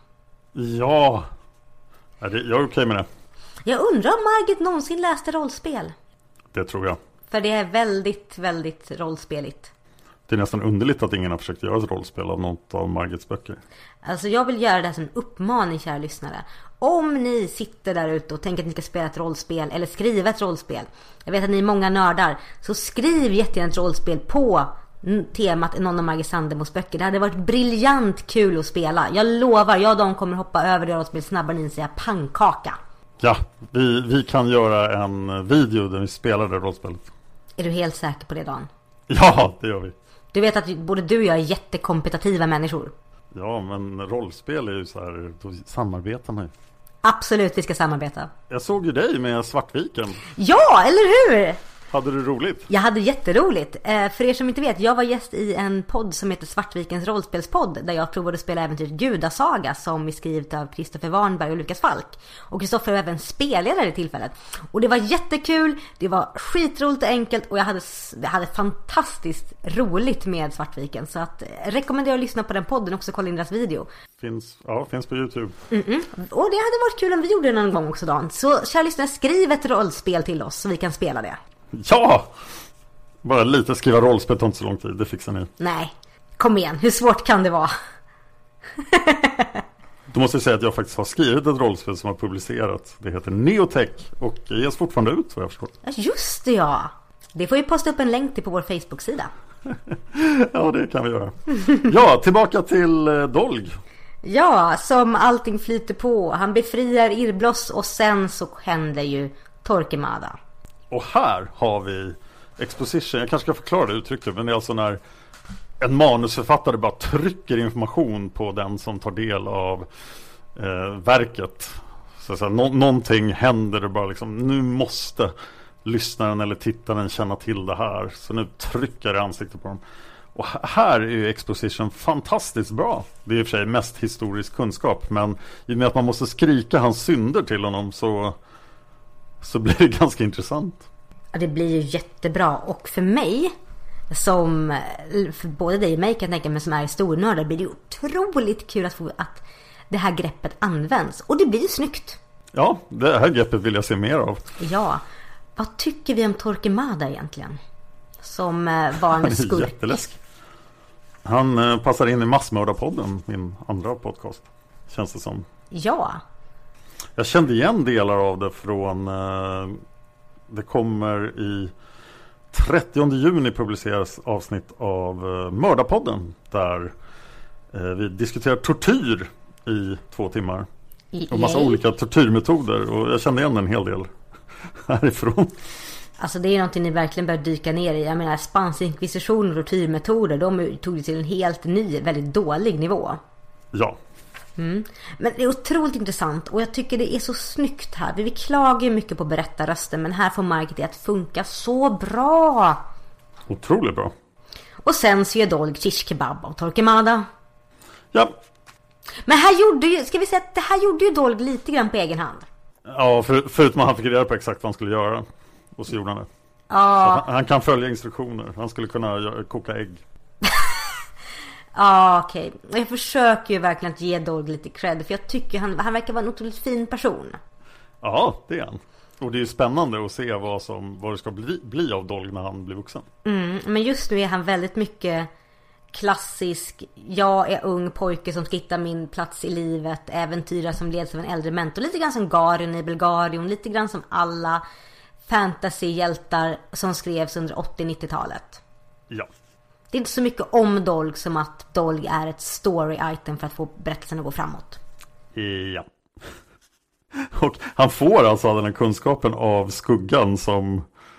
Ja, jag är okej med det. Jag undrar om Margit någonsin läste rollspel. Det tror jag. För det är väldigt, väldigt rollspeligt. Det är nästan underligt att ingen har försökt göra ett rollspel av något av Margits böcker. Alltså jag vill göra det här som en uppmaning, kära lyssnare. Om ni sitter där ute och tänker att ni ska spela ett rollspel eller skriva ett rollspel. Jag vet att ni är många nördar. Så skriv jättegärna ett rollspel på temat i någon av Margit Sandemos böcker. Det hade varit briljant kul att spela. Jag lovar, jag och de kommer hoppa över det rollspel snabbare än ni säger pannkaka. Ja, vi kan göra en video där vi spelar det rollspelet. Är du helt säker på det, Dan? Ja, det gör vi. Du vet att både du och jag är jättekompetitiva människor. Ja, men rollspel är ju så här, då samarbetar man ju. Absolut, vi ska samarbeta. Jag såg ju dig med Svartviken. Ja, eller hur? Hade du roligt? Jag hade jätteroligt. För er som inte vet, jag var gäst i en podd som heter Svartvikens rollspelspodd, där jag provade att spela äventyret Gudasaga, som är skrivet av Kristoffer Warnberg och Lukas Falk. Och Kristoffer var även spelledare i tillfället. Och det var jättekul, det var skitroligt och enkelt, och jag hade fantastiskt roligt med Svartviken. Så att rekommenderar att lyssna på den podden och också kolla in deras video. Finns på YouTube. Och det hade varit kul om vi gjorde det någon gång också, Dan. Så kära lyssnare, skriv ett rollspel till oss så vi kan spela det. Ja! Bara lite skriva rollspel tar inte så lång tid, det fixar ni. Nej, kom igen, hur svårt kan det vara? Då måste jag säga att jag faktiskt har skrivit ett rollspel som har publicerats. Det heter Neotech och ges fortfarande ut, vad jag förstår. Ja, just det, ja. Det får vi posta upp en länk till på vår Facebook-sida. Ja, det kan vi göra. Ja, tillbaka till Dolg. Ja, som allting flyter på. Han befriar Irbloss och sen så händer ju Torquemada. Och här har vi exposition. Jag kanske ska förklara det uttrycket, men det är alltså när en manusförfattare bara trycker information på den som tar del av verket. Så någonting händer och bara liksom, nu måste lyssnaren eller tittaren känna till det här. Så nu trycker jag i ansiktet på dem. Och här är ju exposition fantastiskt bra. Det är i och för sig mest historisk kunskap, men i och med att man måste skrika hans synder till honom så blir det ganska intressant. Ja, det blir ju jättebra. Och för mig, som för både dig och mig kan jag tänka mig som är historienördar, blir det otroligt kul att få att det här greppet används. Och det blir ju snyggt. Ja, det här greppet vill jag se mer av. Ja, vad tycker vi om Torquemada egentligen? Som var en skurk. Jätteläsk. Han passar in i Massmördarpodden, min andra podcast, känns det som. Ja. Jag kände igen delar av det från... det kommer i 30 juni publiceras avsnitt av Mördarpodden, där vi diskuterar tortyr i 2 timmar. Och massa olika tortyrmetoder. Och jag kände igen en hel del härifrån. Alltså det är någonting ni verkligen bör dyka ner i. Jag menar, spansk inkvisition och tortyrmetoder, de tog det till en helt ny, väldigt dålig nivå. Ja. Men det är otroligt intressant. Och jag tycker det är så snyggt här. Vi klagar ju mycket på berättarrösten, men här får Margit det att funka så bra. Otroligt bra. Och sen så gör Dolg shish kebab av Torquemada. Ja. Men här gjorde ju, ska vi säga att det här gjorde ju Dolg lite grann på egen hand. Ja, förutom att han fick reda på exakt vad han skulle göra. Och så gjorde han det. Ja. Han kan följa instruktioner. Han skulle kunna koka ägg. Ja, okej. Jag försöker ju verkligen att ge Dolg lite cred. För jag tycker han verkar vara en otroligt fin person. Ja, det är han. Och det är ju spännande att se vad det ska bli av Dolg när han blir vuxen. Men just nu är han väldigt mycket klassisk, jag är ung pojke som ska hitta min plats i livet, äventyra som leds av en äldre mentor. Lite grann som Garion i Belgarion, lite grann som alla fantasyhjältar som skrevs under 80-90-talet. Ja. Det är inte så mycket om Dolg som att Dolg är ett story-item för att få berättelsen att gå framåt. Ja. Och han får alltså den här kunskapen av skuggan som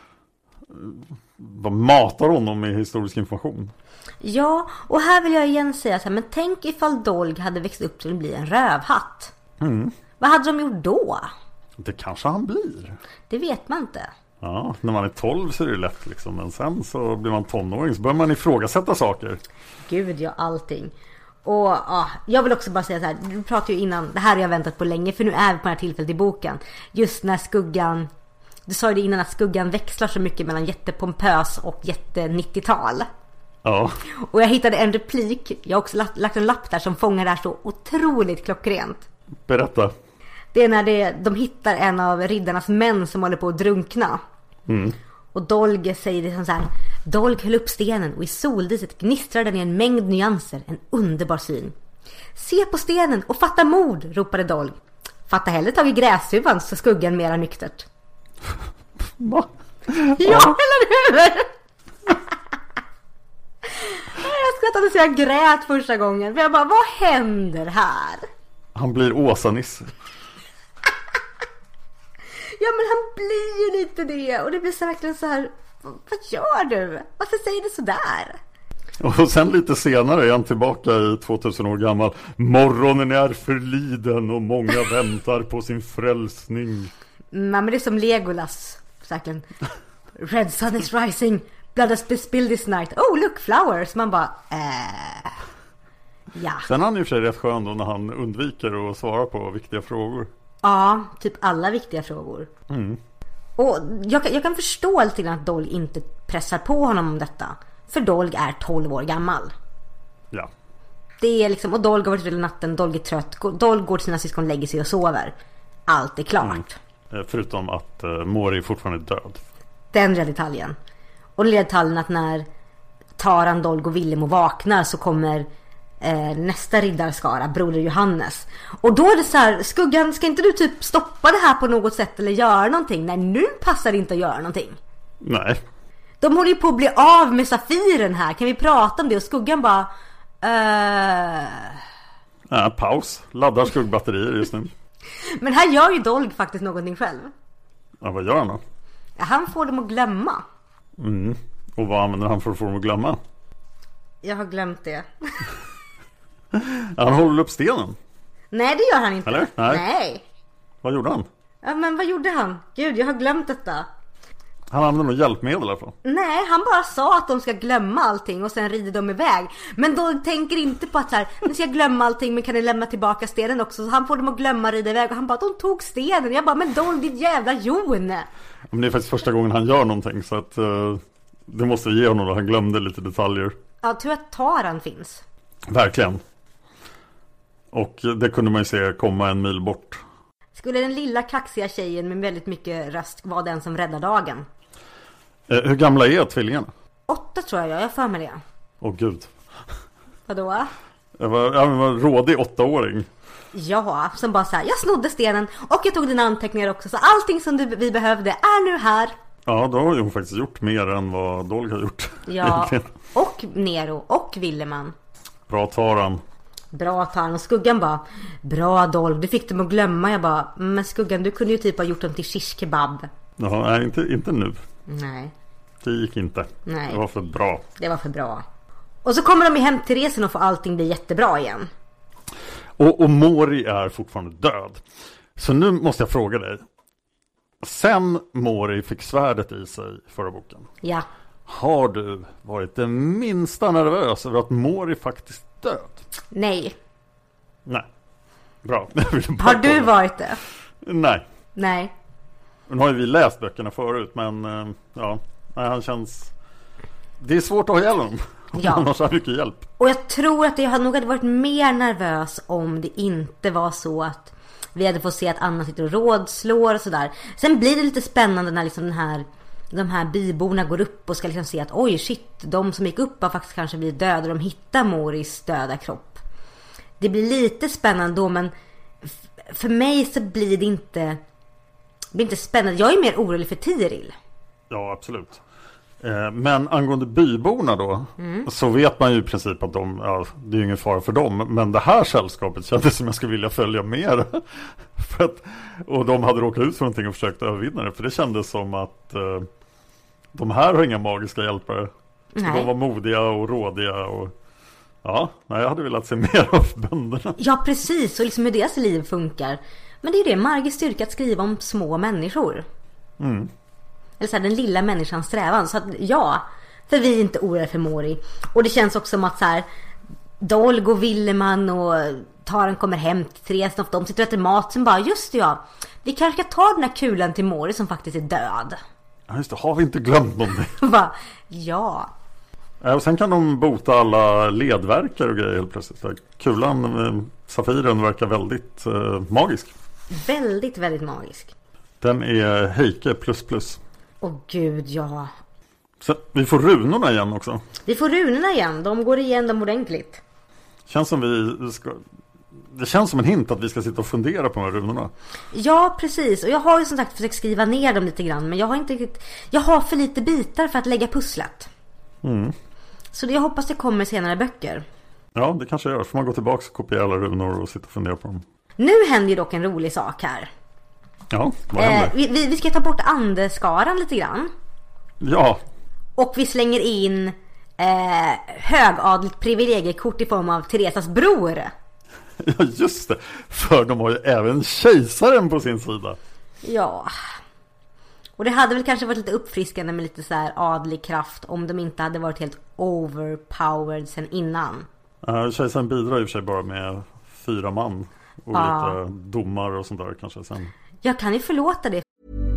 matar honom med historisk information. Ja, och här vill jag igen säga så här, men tänk ifall Dolg hade växt upp till att bli en rövhatt. Vad hade de gjort då? Det kanske han blir. Det vet man inte. Ja, när man är 12 så är det lätt liksom. Men sen så blir man tonåring så börjar man ifrågasätta saker. Gud, ja, allting. Och ja, jag vill också bara säga så här, du pratade ju innan, det här har jag väntat på länge, för nu är vi på det här tillfället i boken. Just när skuggan, du sa ju det innan att skuggan växlar så mycket mellan jättepompös och jätte-90-tal. Ja. Och jag hittade en replik, jag har också lagt en lapp där som fångar det här så otroligt klockrent. Berätta. Det är när de hittar en av riddarnas män som håller på att drunkna. Och Dolg säger det som så här: Dolg höll upp stenen och i soldiset gnistrade den i en mängd nyanser, en underbar syn. Se på stenen och fatta mod, ropade Dolg. Fatta hellre tag i gräshuvan, så skuggan mera nyktert. Va? Ja, eller hur? Jag skrattade så jag grät första gången. För jag bara, vad händer här? Han blir Åsa-Nisse. Ja, men han blir ju lite det. Och det blir så verkligen så här, vad gör du? Varför säger du så där? Och sen lite senare är han tillbaka i 2000 år gammal. Morgonen är förliden och många väntar på sin frälsning. Men det är som Legolas. Säkert. Red sun is rising. Blood has been spilled this night. Oh, look, flowers. Man bara, ja. Sen är han ju för sig rätt skön då när han undviker att svara på viktiga frågor. Ja, typ alla viktiga frågor. Och jag kan förstå lite grann att Dolg inte pressar på honom om detta. För Dolg är 12 år gammal. Ja. Det är liksom, och Dolg har varit ute natten, Dolg är trött. Dolg går till sina syskon, lägger sig och sover. Allt är klart. Förutom att Mori är fortfarande död. Den lilla detaljen. Och den lilla detaljen att när Taran, Dolg och Willem vaknar så kommer nästa riddarskara, broder Johannes. Och då är det så här, skuggan, ska inte du typ stoppa det här på något sätt eller göra någonting? Nej, nu passar det inte att göra någonting. Nej. De håller ju på att bli av med Safiren här. Kan vi prata om det? Och skuggan bara Paus. Laddar skuggbatterier just nu. Men här gör ju Dolg faktiskt någonting själv. Ja, vad gör han då? Ja, han får dem att glömma. Och vad använder han för att få dem att glömma? Jag har glömt det. Han håller upp stenen. Nej, det gör han inte. Eller? Nej. Vad gjorde han? Ja, men vad gjorde han? Gud, jag har glömt detta. Han använde något hjälpmedel i alla fall. Nej, han bara sa att de ska glömma allting och sen rider de iväg. Men då tänker inte på att så här, ni ska glömma allting men kan ni lämna tillbaka stenen också? Så han får dem att glömma rida iväg och han bara, de tog stenen. Jag bara, men Dolg, ditt jävla jon. Men det är faktiskt första gången han gör någonting så att det måste vi ge honom då. Han glömde lite detaljer. Ja, tur att Taran finns. Verkligen. Och det kunde man ju se komma en mil bort. Skulle den lilla kaxiga tjejen med väldigt mycket röst vara den som räddar dagen? Hur gamla är tvillingarna? 8 tror jag har för mig det. Åh gud. Vadå? Jag var rådig 8-åring. Ja, som bara så här, jag snodde stenen och jag tog dina anteckningar också. Så allting som vi behövde är nu här. Ja, då har hon faktiskt gjort mer än vad Dolg har gjort. Ja, och Nero och Villeman. Bra Taran. Bra Taran. Och Skuggan bara, bra Dolg, du fick dem att glömma. Jag bara, men Skuggan, du kunde ju typ ha gjort dem till shish kebab. Ja, nej, inte nu. Nej. Det gick inte. Nej. Det var för bra. Det var för bra. Och så kommer de hem till resen och får allting bli jättebra igen. Och Mori är fortfarande död. Så nu måste jag fråga dig. Sen Mori fick svärdet i sig förra boken. Ja. Har du varit det minsta nervös över att Mori faktiskt död? Nej. Nej. Bra. Har du varit det? Nej. Nej. Nu har ju vi läst böckerna förut, men ja, nej, han känns... Det är svårt att ha ihjäl honom. Ja. Han har så mycket hjälp. Och jag tror att jag nog hade varit mer nervös om det inte var så att vi hade fått se att Anna sitter och rådslår och sådär. Sen blir det lite spännande när liksom de här byborna går upp och ska liksom se att oj shit, de som gick upp har faktiskt kanske blivit döda och de hittar Moris döda kropp. Det blir lite spännande då, men för mig så blir det inte spännande. Jag är mer orolig för Tiril. Ja, absolut. Men angående byborna då, så vet man ju i princip att det är ju ingen fara för dem. Men det här sällskapet kändes som jag skulle vilja följa med. Och de hade råkat ut för någonting och försökt övervinna det. För det kändes som att de här har inga magiska hjälpare. De var modiga och rådiga och... Ja, jag hade velat se mer av bönderna. Ja, precis. Och liksom hur deras liv funkar. Men det är det, Margits styrka att skriva om små människor. Eller så här, den lilla människans strävan. Så att ja, för vi är inte oroliga för Mori. Och det känns också som att så här, Dolg och Villeman och Taran kommer hem till Therese och de sitter och äter mat. Sen bara, just det, ja, vi kanske ska ta den här kulan till Mori som faktiskt är död. Ja, just det, har vi inte glömt någonting? Bara, ja. Och sen kan de bota alla ledverkar och grejer helt plötsligt. Kulan, Safiren, verkar väldigt magisk. Väldigt, väldigt magisk. Den är Heike ++. Åh gud, ja. Så vi får runorna igen också. Vi får runorna igen, de går igen dem ordentligt. Känns som det känns som en hint att vi ska sitta och fundera på de här runorna. Ja, precis. Och jag har ju som sagt försökt skriva ner dem lite grann. Men jag har inte riktigt... Jag har för lite bitar för att lägga pusslet. Så jag hoppas det kommer senare böcker. Ja, det kanske gör. Får man gå tillbaka och kopiera alla runor och sitta och fundera på dem. Nu händer ju dock en rolig sak här. Ja, vad händer? Vi ska ta bort andeskaran lite grann. Ja. Och vi slänger in högadligt privilegiekort i form av Theresas bror. Ja, just det. För de har ju även kejsaren på sin sida. Ja. Och det hade väl kanske varit lite uppfriskande med lite så här adlig kraft om de inte hade varit helt overpowered sen innan. Kejsaren bidrar i och för sig bara med 4 man och lite domar och sånt där kanske sen. Jag kan ju förlåta det.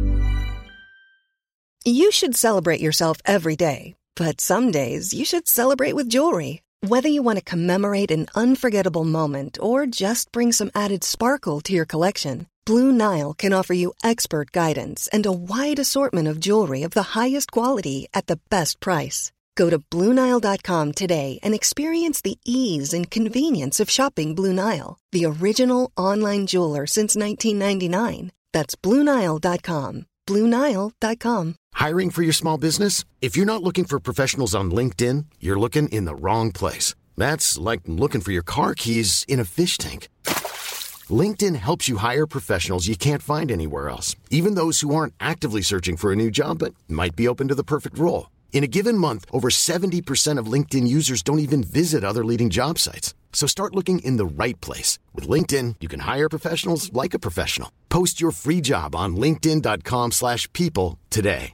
You should celebrate yourself every day, but some days you should celebrate with jewelry. Whether you want to commemorate an unforgettable moment or just bring some added sparkle to your collection, Blue Nile can offer you expert guidance and a wide assortment of jewelry of the highest quality at the best price. Go to BlueNile.com today and experience the ease and convenience of shopping Blue Nile, the original online jeweler since 1999. That's BlueNile.com. BlueNile.com. Hiring for your small business? If you're not looking for professionals on LinkedIn, you're looking in the wrong place. That's like looking for your car keys in a fish tank. LinkedIn helps you hire professionals you can't find anywhere else, even those who aren't actively searching for a new job but might be open to the perfect role. In a given month, over 70% of LinkedIn users don't even visit other leading job sites. So start looking in the right place. With LinkedIn, you can hire professionals like a professional. Post your free job on linkedin.com/people today.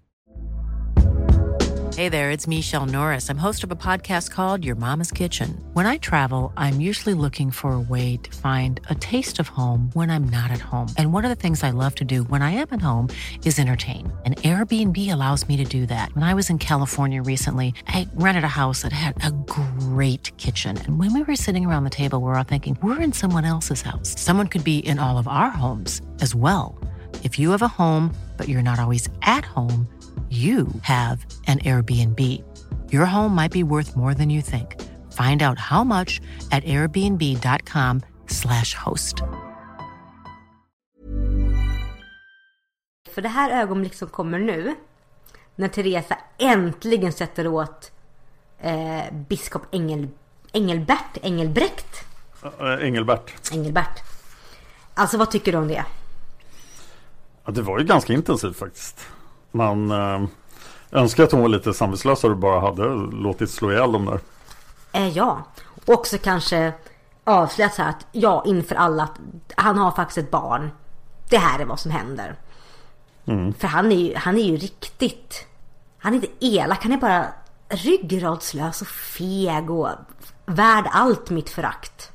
Hey there, it's Michelle Norris. I'm host of a podcast called Your Mama's Kitchen. When I travel, I'm usually looking for a way to find a taste of home when I'm not at home. And one of the things I love to do when I am at home is entertain. And Airbnb allows me to do that. When I was in California recently, I rented a house that had a great kitchen. And when we were sitting around the table, we were all thinking, we're in someone else's house. Someone could be in all of our homes as well. If you have a home, but you're not always at home, you have an Airbnb. Your home might be worth more than you think. Find out how much at airbnb.com/host. För det här ögonblick som kommer nu, när Teresa äntligen sätter åt biskop Engelbert. Alltså vad tycker du om det? Ja, det var ju ganska intensivt faktiskt. Man önskar att hon var lite samvetslösare och bara hade låtit slå ihjäl dem där. Ja, och också kanske avslöjat så här att inför alla att han har faktiskt ett barn. Det här är vad som händer. För han är ju riktigt, han är inte elak, han är bara ryggradslös och feg och värd allt mitt förakt.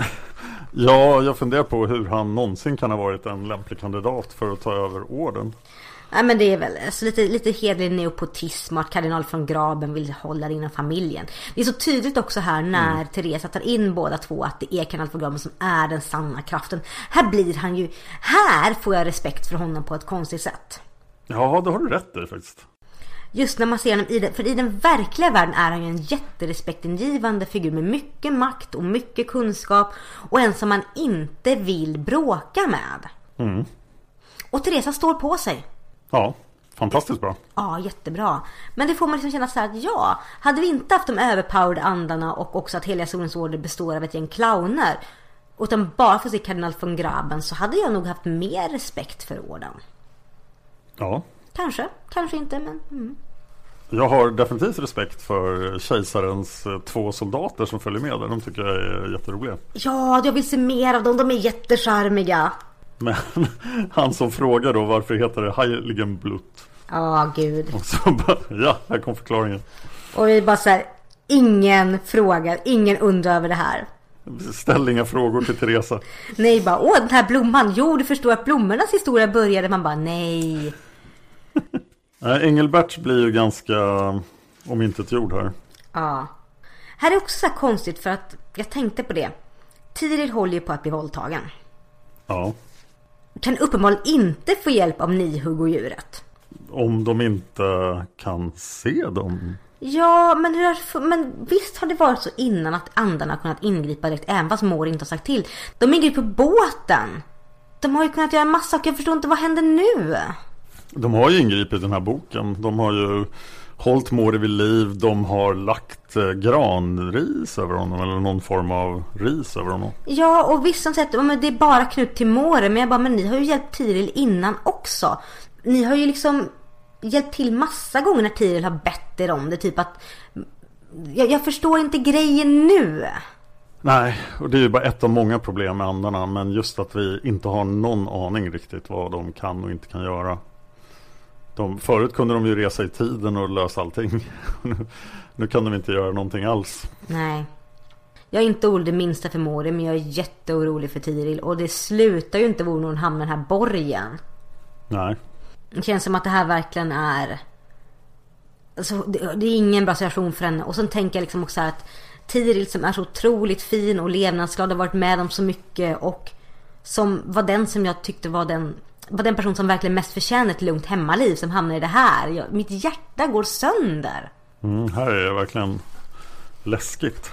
Ja, jag funderar på hur han någonsin kan ha varit en lämplig kandidat för att ta över orden. Ja, men det är väl alltså lite hedlig neopotism och att kardinal från Graben vill hålla det inom familjen. Det är så tydligt också här när Teresa tar in båda två att det är kardinal från Graben som är den sanna kraften. Här blir han ju, här får jag respekt för honom på ett konstigt sätt. Ja, det har du rätt i faktiskt. Just när man ser honom för i den verkliga världen är han ju en jätterespektingivande figur med mycket makt och mycket kunskap och en som man inte vill bråka med. Och Teresa står på sig. Ja, fantastiskt bra. Ja, jättebra. Men det får man liksom känna så här att hade vi inte haft de överpowered andarna och också att hela solens order består av ett gäng clowner utan bara få se kardinal von Graben så hade jag nog haft mer respekt för orden. Ja. Kanske inte, men... Jag har definitivt respekt för kejsarens 2 soldater som följer med där. De tycker jag är jätteroliga. Ja, jag vill se mer av dem. De är jättecharmiga. Men han som frågar då varför heter det Heiligenblut? Ja, gud. Och så bara, här kom förklaringen. Och vi bara så här, ingen frågar, ingen undrar över det här. Ställ inga frågor till Teresa. Nej, bara, den här blomman. Jo, du förstår att blommornas historia började. Man bara, nej. Engelbert blir ju ganska omintetgjord här. Ja. Här är också så här konstigt för att jag tänkte på det. Tiril håller ju på att bli våldtagen. Ja. Kan uppenbarligen inte få hjälp av Nihuggo-djuret. Om de inte kan se dem. Ja, men visst har det varit så innan att andarna kunnat ingripa direkt även fast mor inte har sagt till. De ingriper på båten. De har ju kunnat göra en massa saker. Jag förstår inte, vad händer nu? De har ju ingripit i den här boken. De har ju hållit Mori vid liv. De har lagt granris över honom. Eller någon form av ris över honom. Ja, och vissa säger att det är bara knut till Mori. Men jag bara, men ni har ju hjälpt Tiril innan också. Ni har ju liksom hjälpt till massa gånger när Tiril har bett er om det. Typ att jag förstår inte grejen nu. Nej, och det är ju bara ett av många problem med andarna. Men just att vi inte har någon aning riktigt vad de kan och inte kan göra. Förut kunde de ju resa i tiden och lösa allting. Nu kan de inte göra någonting alls. Nej. Jag är inte orolig det minsta för Mori, men jag är jätteorolig för Tiril. Och det slutar ju inte vara någon hamn den här borgen. Nej. Det känns som att det här verkligen är... Alltså, det är ingen bra situation för henne. Och så tänker jag liksom också att Tiril som är så otroligt fin och levnadsglad har varit med om så mycket. Och som var den som jag tyckte var den person som verkligen mest förtjänar ett lugnt hemmaliv som hamnar i det här. Mitt hjärta går sönder. Här är det verkligen läskigt.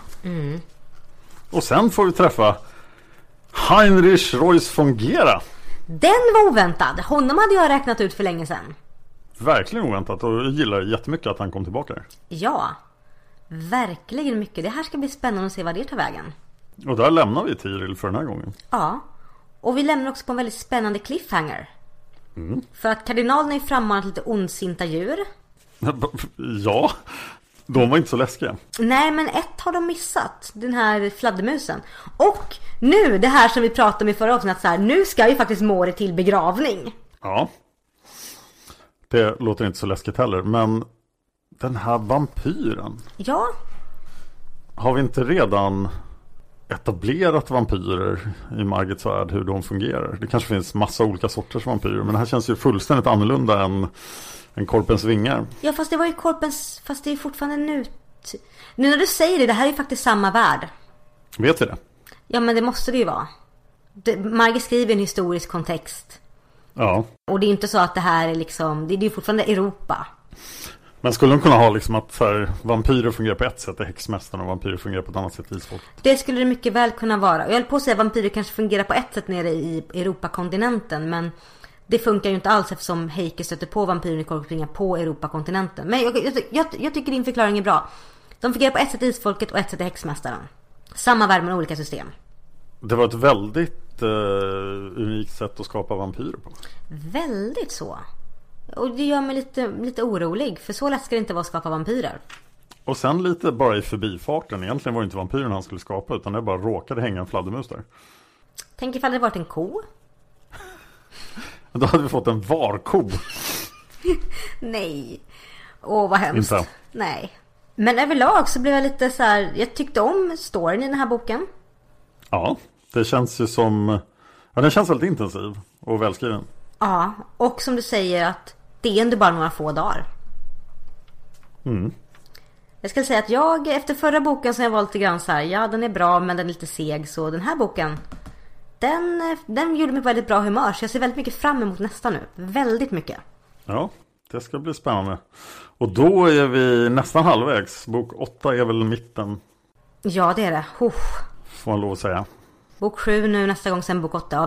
Och sen får vi träffa Heinrich Reuss von Gera. Den var oväntad. Honom hade jag räknat ut för länge sedan. Verkligen oväntat, och jag gillar jättemycket att han kom tillbaka. Ja. Verkligen mycket. Det här ska bli spännande att se vad det tar vägen. Och där lämnar vi Tiril för den här gången. Ja. Och vi lämnar också på en väldigt spännande cliffhanger. För att kardinalen är frammanat lite ondsinta djur. Ja, de var inte så läskiga. Nej, men ett har de missat. Den här fladdermusen. Och nu, det här som vi pratade om i förra avsnittet, så här, nu ska ju faktiskt Mori till begravning. Ja. Det låter inte så läskigt heller. Men den här vampyren. Ja. Har vi inte redan etablerat vampyrer i Margits värld, hur de fungerar? Det kanske finns massa olika sorters vampyrer. Men det här känns ju fullständigt annorlunda än Korpens vingar. Ja, fast det var ju Korpens. Fast det är fortfarande nu när du säger det här är ju faktiskt samma värld. Vet vi det? Ja, men det måste det ju vara. Margit skriver en historisk kontext. Ja. Och det är inte så att det här är liksom, det är ju fortfarande Europa. Men skulle de kunna ha liksom att så här, vampyrer fungerar på ett sätt i Häxmästaren och vampyrer fungerar på ett annat sätt i Isfolket? Det skulle det mycket väl kunna vara. Jag höll på att säga att vampyrer kanske fungerar på ett sätt nere i Europakontinenten, men det funkar ju inte alls eftersom Heike stöter på vampyrer i Korpsvingar på Europakontinenten. Men jag tycker din förklaring är bra. De fungerar på ett sätt i Isfolket och ett sätt i Häxmästaren. Samma värld med olika system. Det var ett väldigt unikt sätt att skapa vampyrer på. Väldigt så. Och det gör mig lite orolig. För så lätt ska det inte vara att skapa vampyrer. Och sen lite bara i förbifarten. Egentligen var det inte vampyren han skulle skapa, utan det bara råkade hänga en fladdermus där. Tänk ifall det varit en ko. Då hade vi fått en varko. Nej. Åh, vad hemskt. Inte. Nej. Men överlag så blev jag lite så här. Jag tyckte om storyn i den här boken. Ja, det känns ju som. Ja, den känns väldigt intensiv och välskriven. Ja, och som du säger att det är inte bara några få dagar. Jag ska säga att jag efter förra boken som jag var lite grann så här, ja, den är bra men den är lite seg, så den här boken den gjorde mig på väldigt bra humör, så jag ser väldigt mycket fram emot nästa nu. Väldigt mycket. Ja, det ska bli spännande. Och då är vi nästan halvvägs. Bok 8 är väl mitten. Ja, det är det. Får man lov att säga. Bok 7 nu nästa gång, sen bok 8. Ja,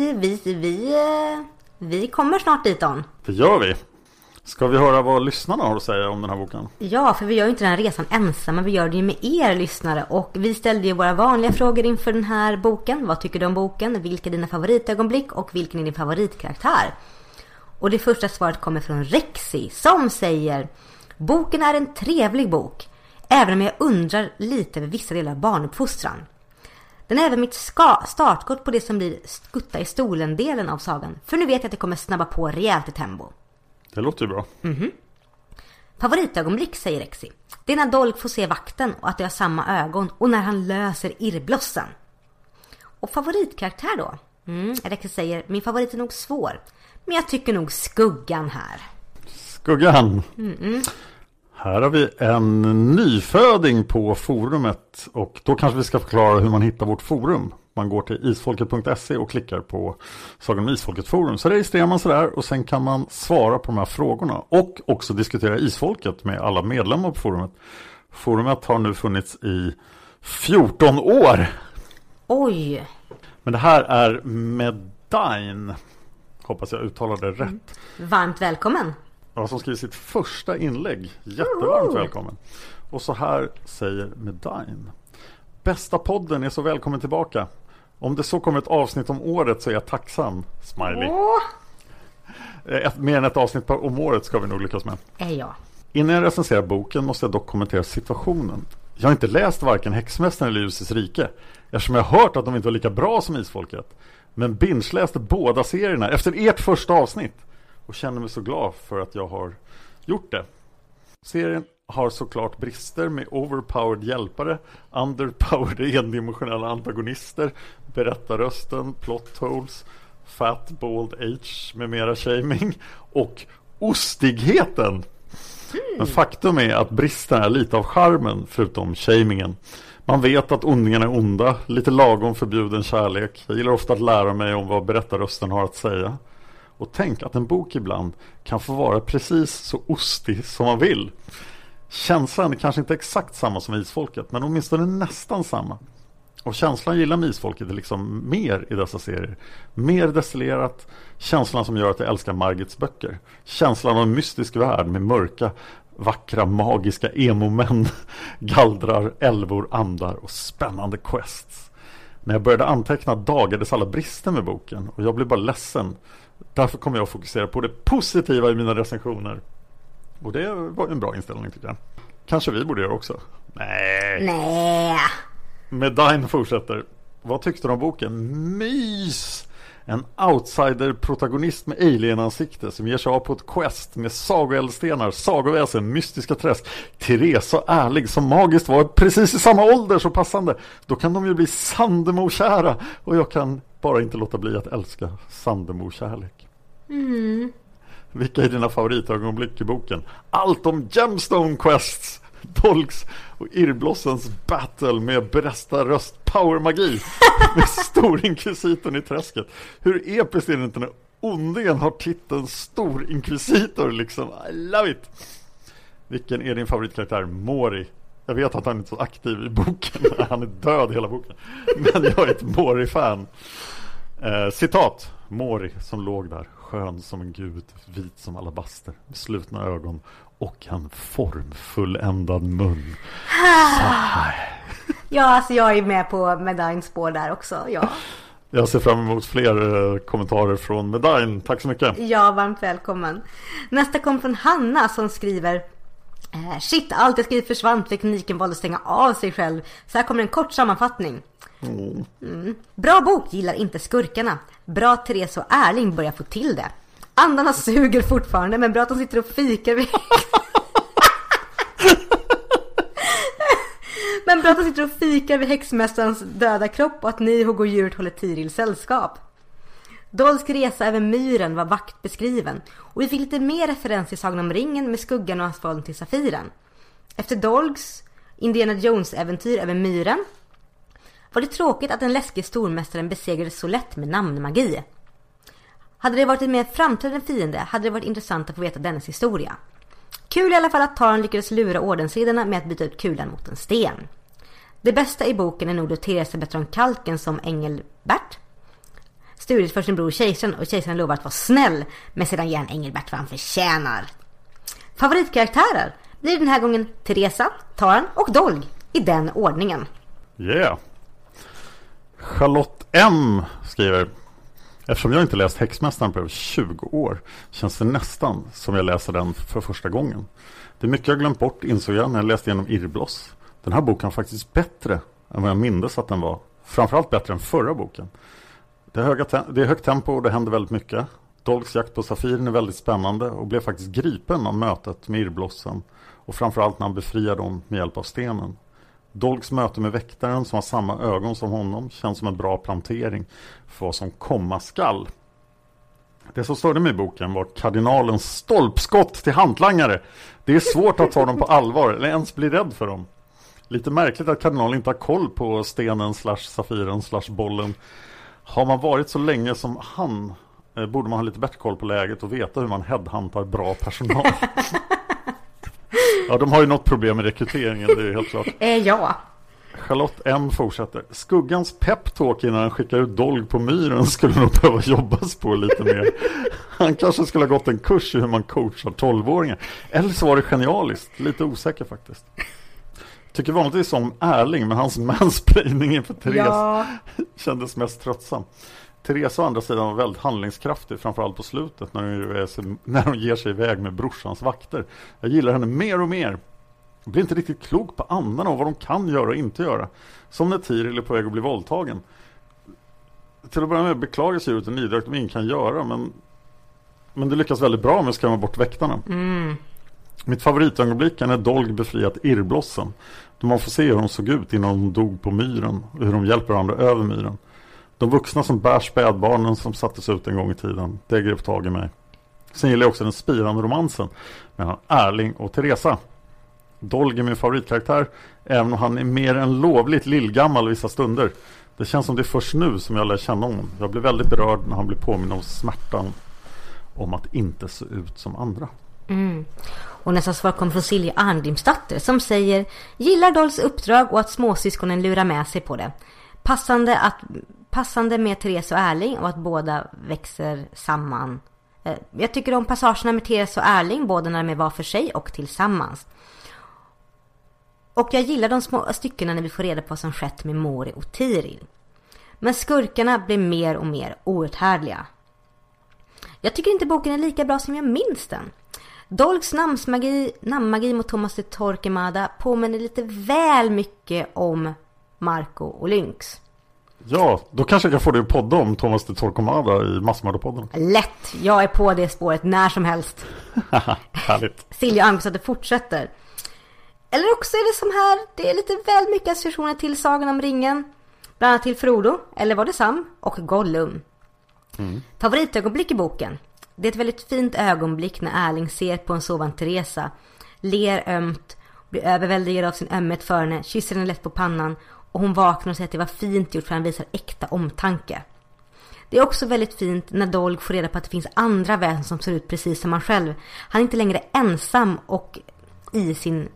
vi kommer snart dit on. Det gör vi. Ska vi höra vad lyssnarna har att säga om den här boken? Ja, för vi gör ju inte den här resan ensam, men vi gör det ju med er lyssnare. Och vi ställde ju våra vanliga frågor inför den här boken. Vad tycker du om boken? Vilka är dina favoritögonblick? Och vilken är din favoritkaraktär? Och det första svaret kommer från Rexi som säger: boken är en trevlig bok, även om jag undrar lite över vissa delar av barnuppfostran. Den är även mitt startskott på det som blir skutta i stolen-delen av sagan. För nu vet jag att det kommer snabba på rejält i tempo. Det låter ju bra. Favoritögonblick, säger Rexi. Det är när Dolk får se vakten och att de har samma ögon, och när han löser irrblossen. Och favoritkaraktär då? Rexi säger: min favorit är nog svår, men jag tycker nog Skuggan här. Skuggan? Här har vi en nyföding på forumet, och då kanske vi ska förklara hur man hittar vårt forum. Man går till isfolket.se och klickar på Sagan om Isfolket forum. Så registrerar man sig där och sen kan man svara på de här frågorna och också diskutera Isfolket med alla medlemmar på forumet. Forumet har nu funnits i 14 år. Oj! Men det här är Medine. Hoppas jag uttalade det rätt. Varmt välkommen. Ja, som skriver sitt första inlägg. Jättevarmt välkommen. Och så här säger Medine: bästa podden, är så välkommen tillbaka. Om det så kommer ett avsnitt om året så är jag tacksam. Smiley. Mer än ett avsnitt om året ska vi nog lyckas med. Ja. Innan jag recenserar boken måste jag dock kommentera situationen. Jag har inte läst varken Häxmästaren eller Ljusets rike, eftersom jag har hört att de inte var lika bra som Isfolket. Men binge-läste båda serierna efter ert första avsnitt och känner mig så glad för att jag har gjort det. Serien har såklart brister med overpowered hjälpare, underpowered endimensionella antagonister, berättarrösten, plot holes, fat, bald age med mera shaming och ostigheten. Men faktum är att bristerna är lite av charmen förutom shamingen. Man vet att ondingarna är onda, lite lagom förbjuden kärlek. Jag gillar ofta att lära mig om vad berättarrösten har att säga. Och tänk att en bok ibland kan få vara precis så ostig som man vill. Känslan är kanske inte exakt samma som Isfolket, men åtminstone nästan samma. Och känslan gillar med Isfolket är liksom mer i dessa serier. Mer destillerat. Känslan som gör att jag älskar Margits böcker. Känslan av en mystisk värld med mörka Vackra, magiska emo-män, gallrar, älvor, andar och spännande quests. När jag började anteckna dagades alla brister med boken och jag blev bara ledsen. Därför kommer jag att fokusera på det positiva i mina recensioner. Och det var en bra inställning tycker jag. Kanske vi borde göra också. Nej. Medine fortsätter. Vad tyckte du om boken? Mys! En outsider-protagonist med alien-ansikte som ger sig av på ett quest med sagoeldstenar, sagoväsen, mystiska träsk. Teresa och Ärlig som magiskt var precis i samma ålder, så passande. Då kan de ju bli Sandemo-kära. Och jag kan bara inte låta bli att älska Sandemo-kärlek. Vilka är dina favoritögonblick i boken? Allt om Gemstone Quests, Dolks och Irblossens battle med bästa röst power-magi med Storinkvisitorn i träsket. Hur episkt är det inte när ondingen har titeln Storinkvisitor liksom? I love it! Vilken är din favoritkaraktär? Mori. Jag vet att han är inte så aktiv i boken. Han är död hela boken. Men jag är ett Mori-fan. Citat. Mori som låg där, skön som en gud, vit som alabaster, med slutna ögon och en formfulländad mun. Ja, alltså jag är med på Medines spår där också, ja. Jag ser fram emot fler kommentarer från Medine. Tack så mycket. Ja, varmt välkommen. Nästa kom från Hanna som skriver: shit, allt jag skrivit försvann, tekniken valde att stänga av sig själv. Så här kommer en kort sammanfattning. Bra bok, gillar inte skurkarna. Bra Therese och Erling börjar få till det. Andarna suger fortfarande, men bra att de sitter och fikar vid men bra att de sitter och fikar vid häxmästarens döda kropp och att ni och djuret håller Tiril sällskap. Dolks resa över myren var vackert beskriven och vi fick lite mer referens i Sagan om ringen med skuggan och asfalten till Safiren. Efter Dolks Indiana Jones-äventyr över myren var det tråkigt att den läskiga stormästaren besegrades så lätt med namnmagi. Hade det varit en mer framträdande fiende hade det varit intressant att få veta dennes historia. Kul i alla fall att Taran lyckades lura ordensriddarna med att byta ut kulan mot en sten. Det bästa i boken är nog då Therese bättre om Kalken som Engelbert. Studiet för sin bror kejsaren och kejsaren lovar att vara snäll, men sedan ger han Engelbert vad han förtjänar. Favoritkaraktärer blir den här gången Teresa, Taran och Dolg i den ordningen. Yeah. Charlotte M skriver: eftersom jag inte läst Häxmästaren på över 20 år känns det nästan som jag läser den för första gången. Det är mycket jag glömt bort, insåg jag när jag läste igenom Irbloss. Den här boken är faktiskt bättre än vad jag mindes att den var. Framförallt bättre än förra boken. Det är högt tempo och det händer väldigt mycket. Dolks jakt på Safiren är väldigt spännande och blev faktiskt gripen av mötet med Irblossen. Och framförallt när han befriar dem med hjälp av stenen. Dolks möte med väktaren som har samma ögon som honom känns som en bra plantering för vad som komma skall. Det som störde mig i boken var kardinalens stolpskott till hantlangare. Det är svårt att ta dem på allvar eller ens bli rädd för dem. Lite märkligt att kardinalen inte har koll på stenen /safiren /bollen. Har man varit så länge som han borde man ha lite bättre koll på läget och veta hur man headhuntar bra personal. Ja, de har ju något problem med rekryteringen, det är helt klart. Ja. Charlotte M fortsätter. Skuggans peptalk innan han skickar ut Dolg på myren skulle nog behöva jobbas på lite mer. Han kanske skulle ha gått en kurs i hur man coachar 12-åringar. Eller så var det genialiskt. Lite osäker faktiskt. Tycker vanligtvis om Erling, men hans mansplaining inför Therese kändes mest tröttsam. Therese å andra sidan var väldigt handlingskraftig, framförallt på slutet när hon ger sig iväg med brorsans vakter. Jag gillar henne mer och mer. Jag blir inte riktigt klok på andarna och vad de kan göra och inte göra. Som när Tiril är på väg att bli våldtagen. Till att börja med beklagar sig ut en nidrökt de ingen kan göra, men det lyckas väldigt bra med att skrämma bort väktarna. Mitt favoritögonblick är när Dolg befriat Irblossen. Då man får se hur de såg ut innan de dog på myren och hur de hjälper varandra över myren. De vuxna som bär spädbarnen som sattes ut en gång i tiden, det grep tag i mig. Sen gillar jag också den spirande romansen mellan Erling och Teresa. Dolg är min favoritkaraktär, även om han är mer än lovligt lillgammal vissa stunder. Det känns som det är först nu som jag lär känna honom. Jag blir väldigt berörd när han blir påminn om smärtan om att inte se ut som andra. Och nästa svar kom från Silja Arndimsdotter som säger: gillar Dolls uppdrag och att småsyskonen lurar med sig på det. Passande med Therese och Erling och att båda växer samman Jag tycker om passagerna med Therese och Erling, både när de är var för sig och tillsammans. Och jag gillar de små styckena när vi får reda på vad som skett med Mori och Tiril. Men skurkarna blir mer och mer outhärdliga. Jag tycker inte boken är lika bra som jag minns den. Dolks namnmagi mot Thomas de Torquemada påminner lite väl mycket om Marco och Lynx. Ja, då kanske jag kan få det i podda om Thomas de Torquemada i Massmördarpodden. Lätt, jag är på det spåret när som helst. Härligt. Silja Angus att det fortsätter. Eller också är det som här, det är lite väl mycket associationer till Sagan om ringen. Bland annat till Frodo, eller var det Sam, och Gollum. Favoritögonblick i boken. Det är ett väldigt fint ögonblick när Erling ser på en sovande Teresa, ler ömt, blir överväldigad av sin ömhet för henne, kysser henne lätt på pannan och hon vaknar och säger att det var fint gjort för han visar äkta omtanke. Det är också väldigt fint när Dolg får reda på att det finns andra väsen som ser ut precis som han själv. Han är inte längre ensam och i sin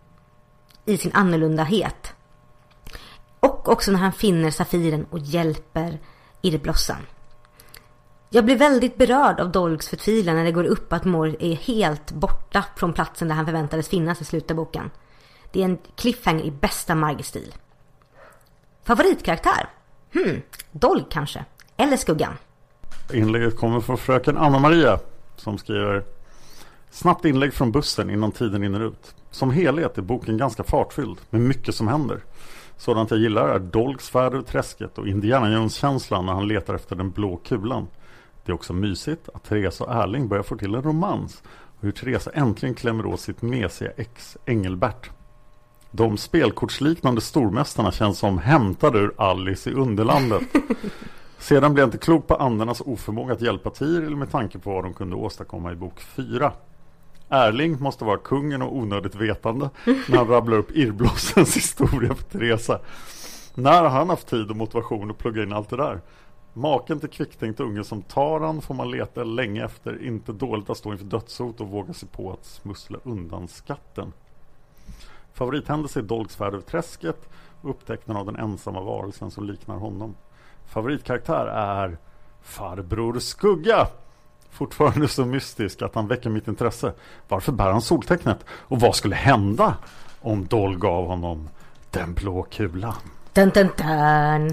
annorlundahet. Och också när han finner Safiren och hjälper Irblossan. Jag blir väldigt berörd av Dolgs förtvivlan när det går upp att Mor är helt borta från platsen där han förväntades finnas i slutet av boken. Det är en cliffhanger i bästa Margit-stil. Favoritkaraktär? Dolg kanske. Eller Skuggan. Inlägget kommer från fröken Anna-Maria som skriver: snabbt inlägg från bussen innan tiden rinner ut. Som helhet är boken ganska fartfylld med mycket som händer. Sådant jag gillar är Dolgs färd ur träsket och Indiana Jones-känslan när han letar efter den blå kulan. Det är också mysigt att Therese och Erling börjar få till en romans och hur Therese äntligen klämmer åt sitt mesiga ex Engelbert. De spelkortsliknande stormästarna känns som hämtade ur Alice i Underlandet. Sedan blev jag inte klok på andarnas oförmåga att hjälpa Tiril med tanke på vad de kunde åstadkomma i bok 4. Erling måste vara kungen och onödigt vetande när han rabblar upp Irblossens historia för Teresa. När har han haft tid och motivation att plugga in allt det där? Maken till kvicktänkt unge som Taran får man leta länge efter. Inte dåligt att stå inför dödshot och våga sig på att smussla undan skatten. Favorithändelse är Dolgs färd över träsket och upptäckten av den ensamma varelsen som liknar honom. Favoritkaraktär är farbror Skugga. Fortfarande så mystisk att han väcker mitt intresse. Varför bär han soltecknet? Och vad skulle hända om Dolg gav honom den blå kulan? Dun, dun, dun.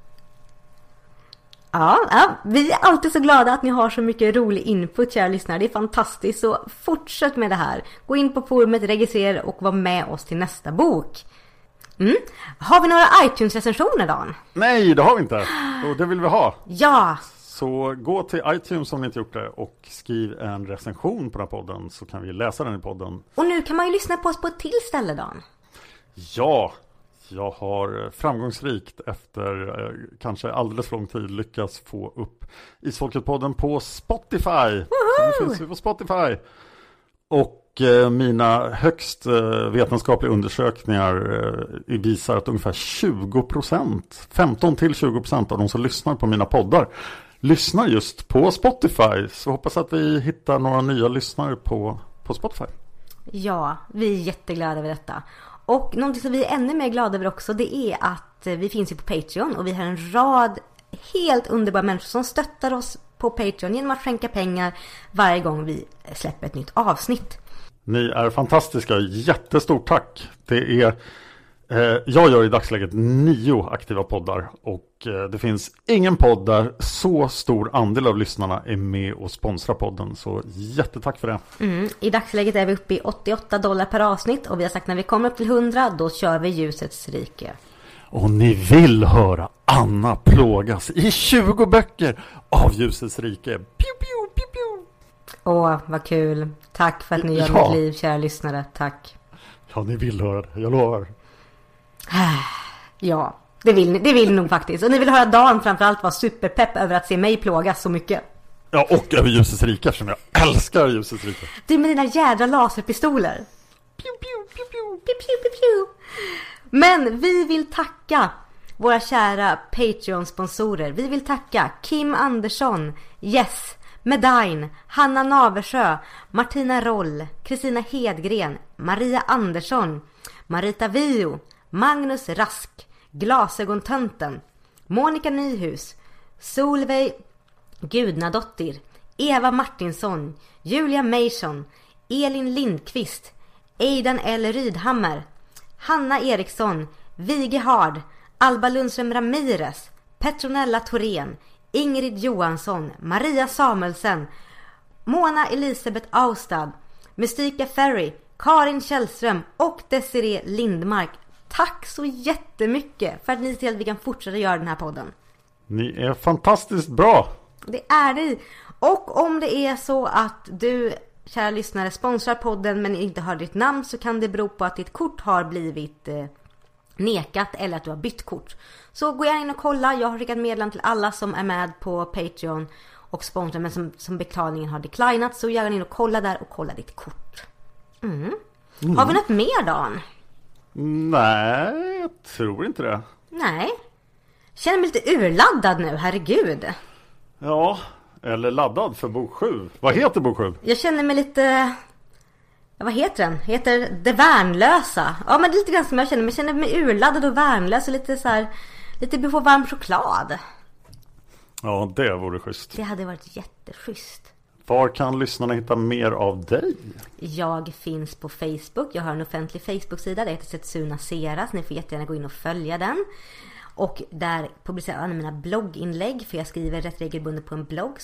Ja, vi är alltid så glada att ni har så mycket rolig input, kära lyssnare. Det är fantastiskt, så fortsätt med det här. Gå in på forumet, registrera och var med oss till nästa bok. Har vi några iTunes-recensioner, Dan? Nej, det har vi inte. Och det vill vi ha. Ja. Så gå till iTunes om ni inte gjort det och skriv en recension på den här podden så kan vi läsa den i podden. Och nu kan man ju lyssna på oss på ett till ställe, Dan. Ja, jag har framgångsrikt efter kanske alldeles för lång tid lyckats få upp Isfolket-podden på Spotify. Så nu finns vi på Spotify. Och mina högst vetenskapliga undersökningar visar att ungefär 20%, 15-20% av de som lyssnar på mina poddar lyssnar just på Spotify. Så hoppas att vi hittar några nya lyssnare på Spotify. Ja, vi är jätteglada över detta. Och någonting som vi är ännu mer glada över också, det är att vi finns ju på Patreon och vi har en rad helt underbara människor som stöttar oss på Patreon genom att skänka pengar varje gång vi släpper ett nytt avsnitt. Ni är fantastiska, jättestort tack. Det är, jag gör i dagsläget 9 aktiva poddar och det finns ingen podd där så stor andel av lyssnarna är med och sponsrar podden. Så jättetack för det. I dagsläget är vi uppe i $88 per avsnitt och vi har sagt när vi kommer upp till 100 då kör vi Ljusets rike. Och ni vill höra Anna plågas i 20 böcker av Ljusets rike. Pew, pew, pew, pew. Åh, vad kul. Tack för att ni gör mitt liv, kära lyssnare. Tack. Ja, ni vill höra det. Jag lovar. Ja, det vill ni nog faktiskt. Och ni vill höra Dan framförallt vara superpepp över att se mig plågas så mycket. Ja, och över Ljusets rike som jag älskar Ljusets rike. Du med dina jädra laserpistoler. Pew, pew, pew, pew. Pew, pew, pew, pew. Men vi vill tacka våra kära Patreon-sponsorer. Vi vill tacka Kim Andersson, Yes, Medain, Hanna Naversjö, Martina Roll, Kristina Hedgren, Maria Andersson, Marita Vio, Magnus Rask, Glasögontönten, Monica Nyhus, Solveig Gudnadottir, Eva Martinsson, Julia Mason, Elin Lindqvist, Aidan L. Rydhammer, Hanna Eriksson, Vige Hard, Alba Lundström Ramirez, Petronella Thorén, Ingrid Johansson, Maria Samuelsen, Mona Elisabeth Austad, Mystika Ferry, Karin Källström och Desiree Lindmark. Tack så jättemycket för att ni ser att vi kan fortsätta göra den här podden. Ni är fantastiskt bra. Det är ni. Och om det är så att du, kära lyssnare, sponsrar podden men inte har ditt namn, så kan det bero på att ditt kort har blivit nekat eller att du har bytt kort. Så gå gärna in och kolla. Jag har skickat meddelande till alla som är med på Patreon och sponsrar, men som betalningen har declinat. Så gärna in och kolla där och kolla ditt kort. Har vi något mer, Dan? Nej, jag tror inte det. Nej. Känner mig lite urladdad nu, herregud. Ja, eller laddad för bok 7. Vad heter bok 7? Jag känner mig lite... Ja, vad heter den? Heter Det värnlösa. Ja, men det är lite grann som jag känner mig. Jag känner mig urladdad och värnlös och lite så här... Lite behov av varm choklad. Ja, det vore schysst. Det hade varit jätteschysst. Var kan lyssnarna hitta mer av dig? Jag finns på Facebook. Jag har en offentlig Facebook-sida. Det heter Setsuna Seras. Ni får jättegärna gå in och följa den. Och där publicerar jag mina blogginlägg. För jag skriver rätt regelbundet på en blogg.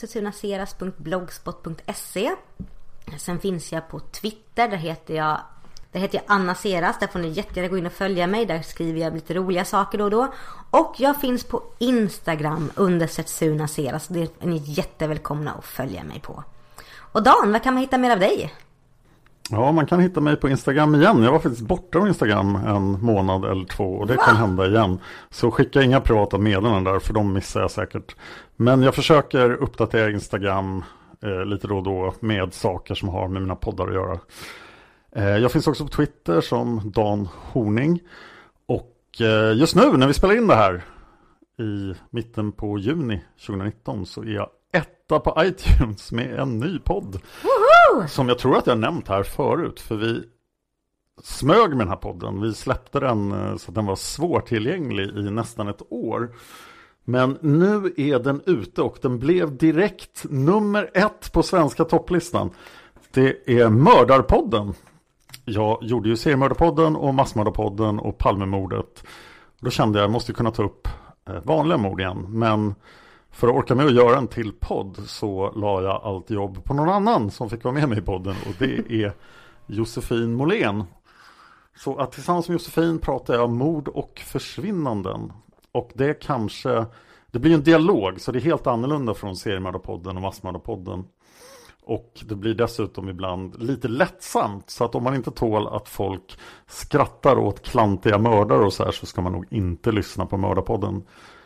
setsunaseras.blogspot.se. Sen finns jag på Twitter. Där heter jag Anna Seras. Där får ni jättegärna gå in och följa mig. Där skriver jag lite roliga saker då och då. Och jag finns på Instagram under Setsuna Seras. Det är ni jättevälkomna att följa mig på. Och Dan, vad kan man hitta mer av dig? Ja, man kan hitta mig på Instagram igen. Jag var faktiskt borta från Instagram en månad eller 2 och det kan hända igen. Så skicka inga privata meddelanden där, för de missar jag säkert. Men jag försöker uppdatera Instagram lite då och då med saker som har med mina poddar att göra. Jag finns också på Twitter som Dan Horning. Och just nu när vi spelar in det här i mitten på juni 2019 så är jag etta på iTunes med en ny podd. Woho! Som jag tror att jag nämnt här förut, för vi smög med den här podden. Vi släppte den så att den var svårtillgänglig i nästan ett år. Men nu är den ute och den blev direkt nummer 1 på svenska topplistan. Det är Mördarpodden. Jag gjorde ju Seriemördarpodden och Massmördarpodden och Palmemordet. Då kände jag måste kunna ta upp vanliga mord igen. Men för att orka med att göra en till podd så la jag allt jobb på någon annan som fick vara med mig i podden. Och det är Josefin Måhlén. Så att tillsammans med Josefin pratar jag om mord och försvinnanden. Och det blir en dialog, så det är helt annorlunda från Seriemördarpodden och Massmördarpodden. Och det blir dessutom ibland lite lättsamt, så att om man inte tål att folk skrattar åt klantiga mördare och så här, så ska man nog inte lyssna på Mördarpodden.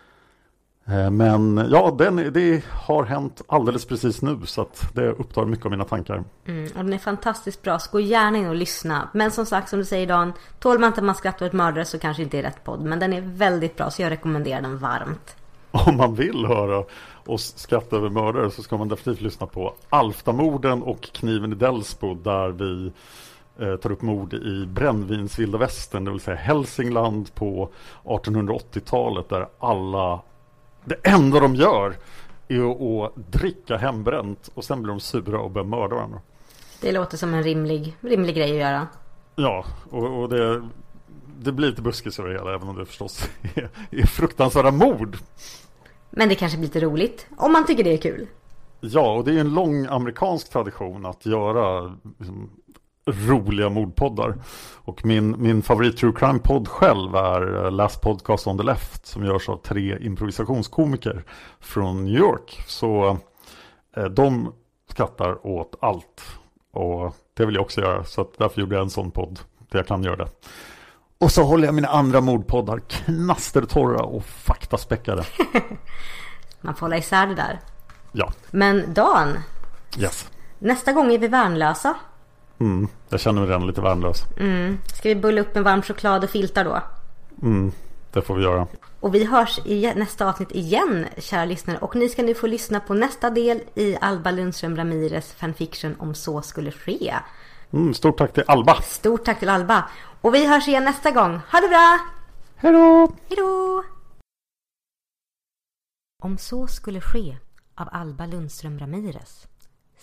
Men ja, det har hänt alldeles precis nu, så att det upptar mycket av mina tankar. Och den är fantastiskt bra, så gå gärna in och lyssna. Men som sagt, som du säger Dan, tål man inte att man skrattar åt mördare så kanske inte är rätt podd. Men den är väldigt bra, så jag rekommenderar den varmt. Om man vill höra oss skratta över mördare så ska man definitivt lyssna på Alftamorden och Kniven i Delsbo, där vi tar upp mord i Brännvins vilda västern, det vill säga Hälsingland på 1880-talet, där det enda de gör är att dricka hembränt och sen blir de sura och börjar mörda varandra. Det låter som en rimlig grej att göra. Ja, och det blir lite buskis över det hela, även om det förstås är fruktansvärda mord. Men det kanske blir lite roligt, om man tycker det är kul. Ja, och det är en lång amerikansk tradition att göra roliga mordpoddar. Och min favorit true crime-podd själv är Last Podcast on the Left, som görs av 3 improvisationskomiker från New York. Så de skrattar åt allt. Och det vill jag också göra, så att därför gjorde jag en sån podd där jag kan göra det. Och så håller jag mina andra mordpoddar knastertorra och faktaspäckade. Man får hålla isär det där. Ja. Men Dan, yes. Nästa gång är vi värnlösa. Jag känner mig redan lite värnlös. Ska vi bulla upp en varm choklad och filtar då? Det får vi göra. Och vi hörs i nästa avsnitt igen, kära lyssnare. Och ni ska nu få lyssna på nästa del i Alba Lundström Ramirez fanfiction Om så skulle ske. Stort tack till Alba. Stort tack till Alba. Och vi hörs igen nästa gång. Ha det bra! Hej då! Hej då! Om så skulle ske av Alba Lundström Ramirez.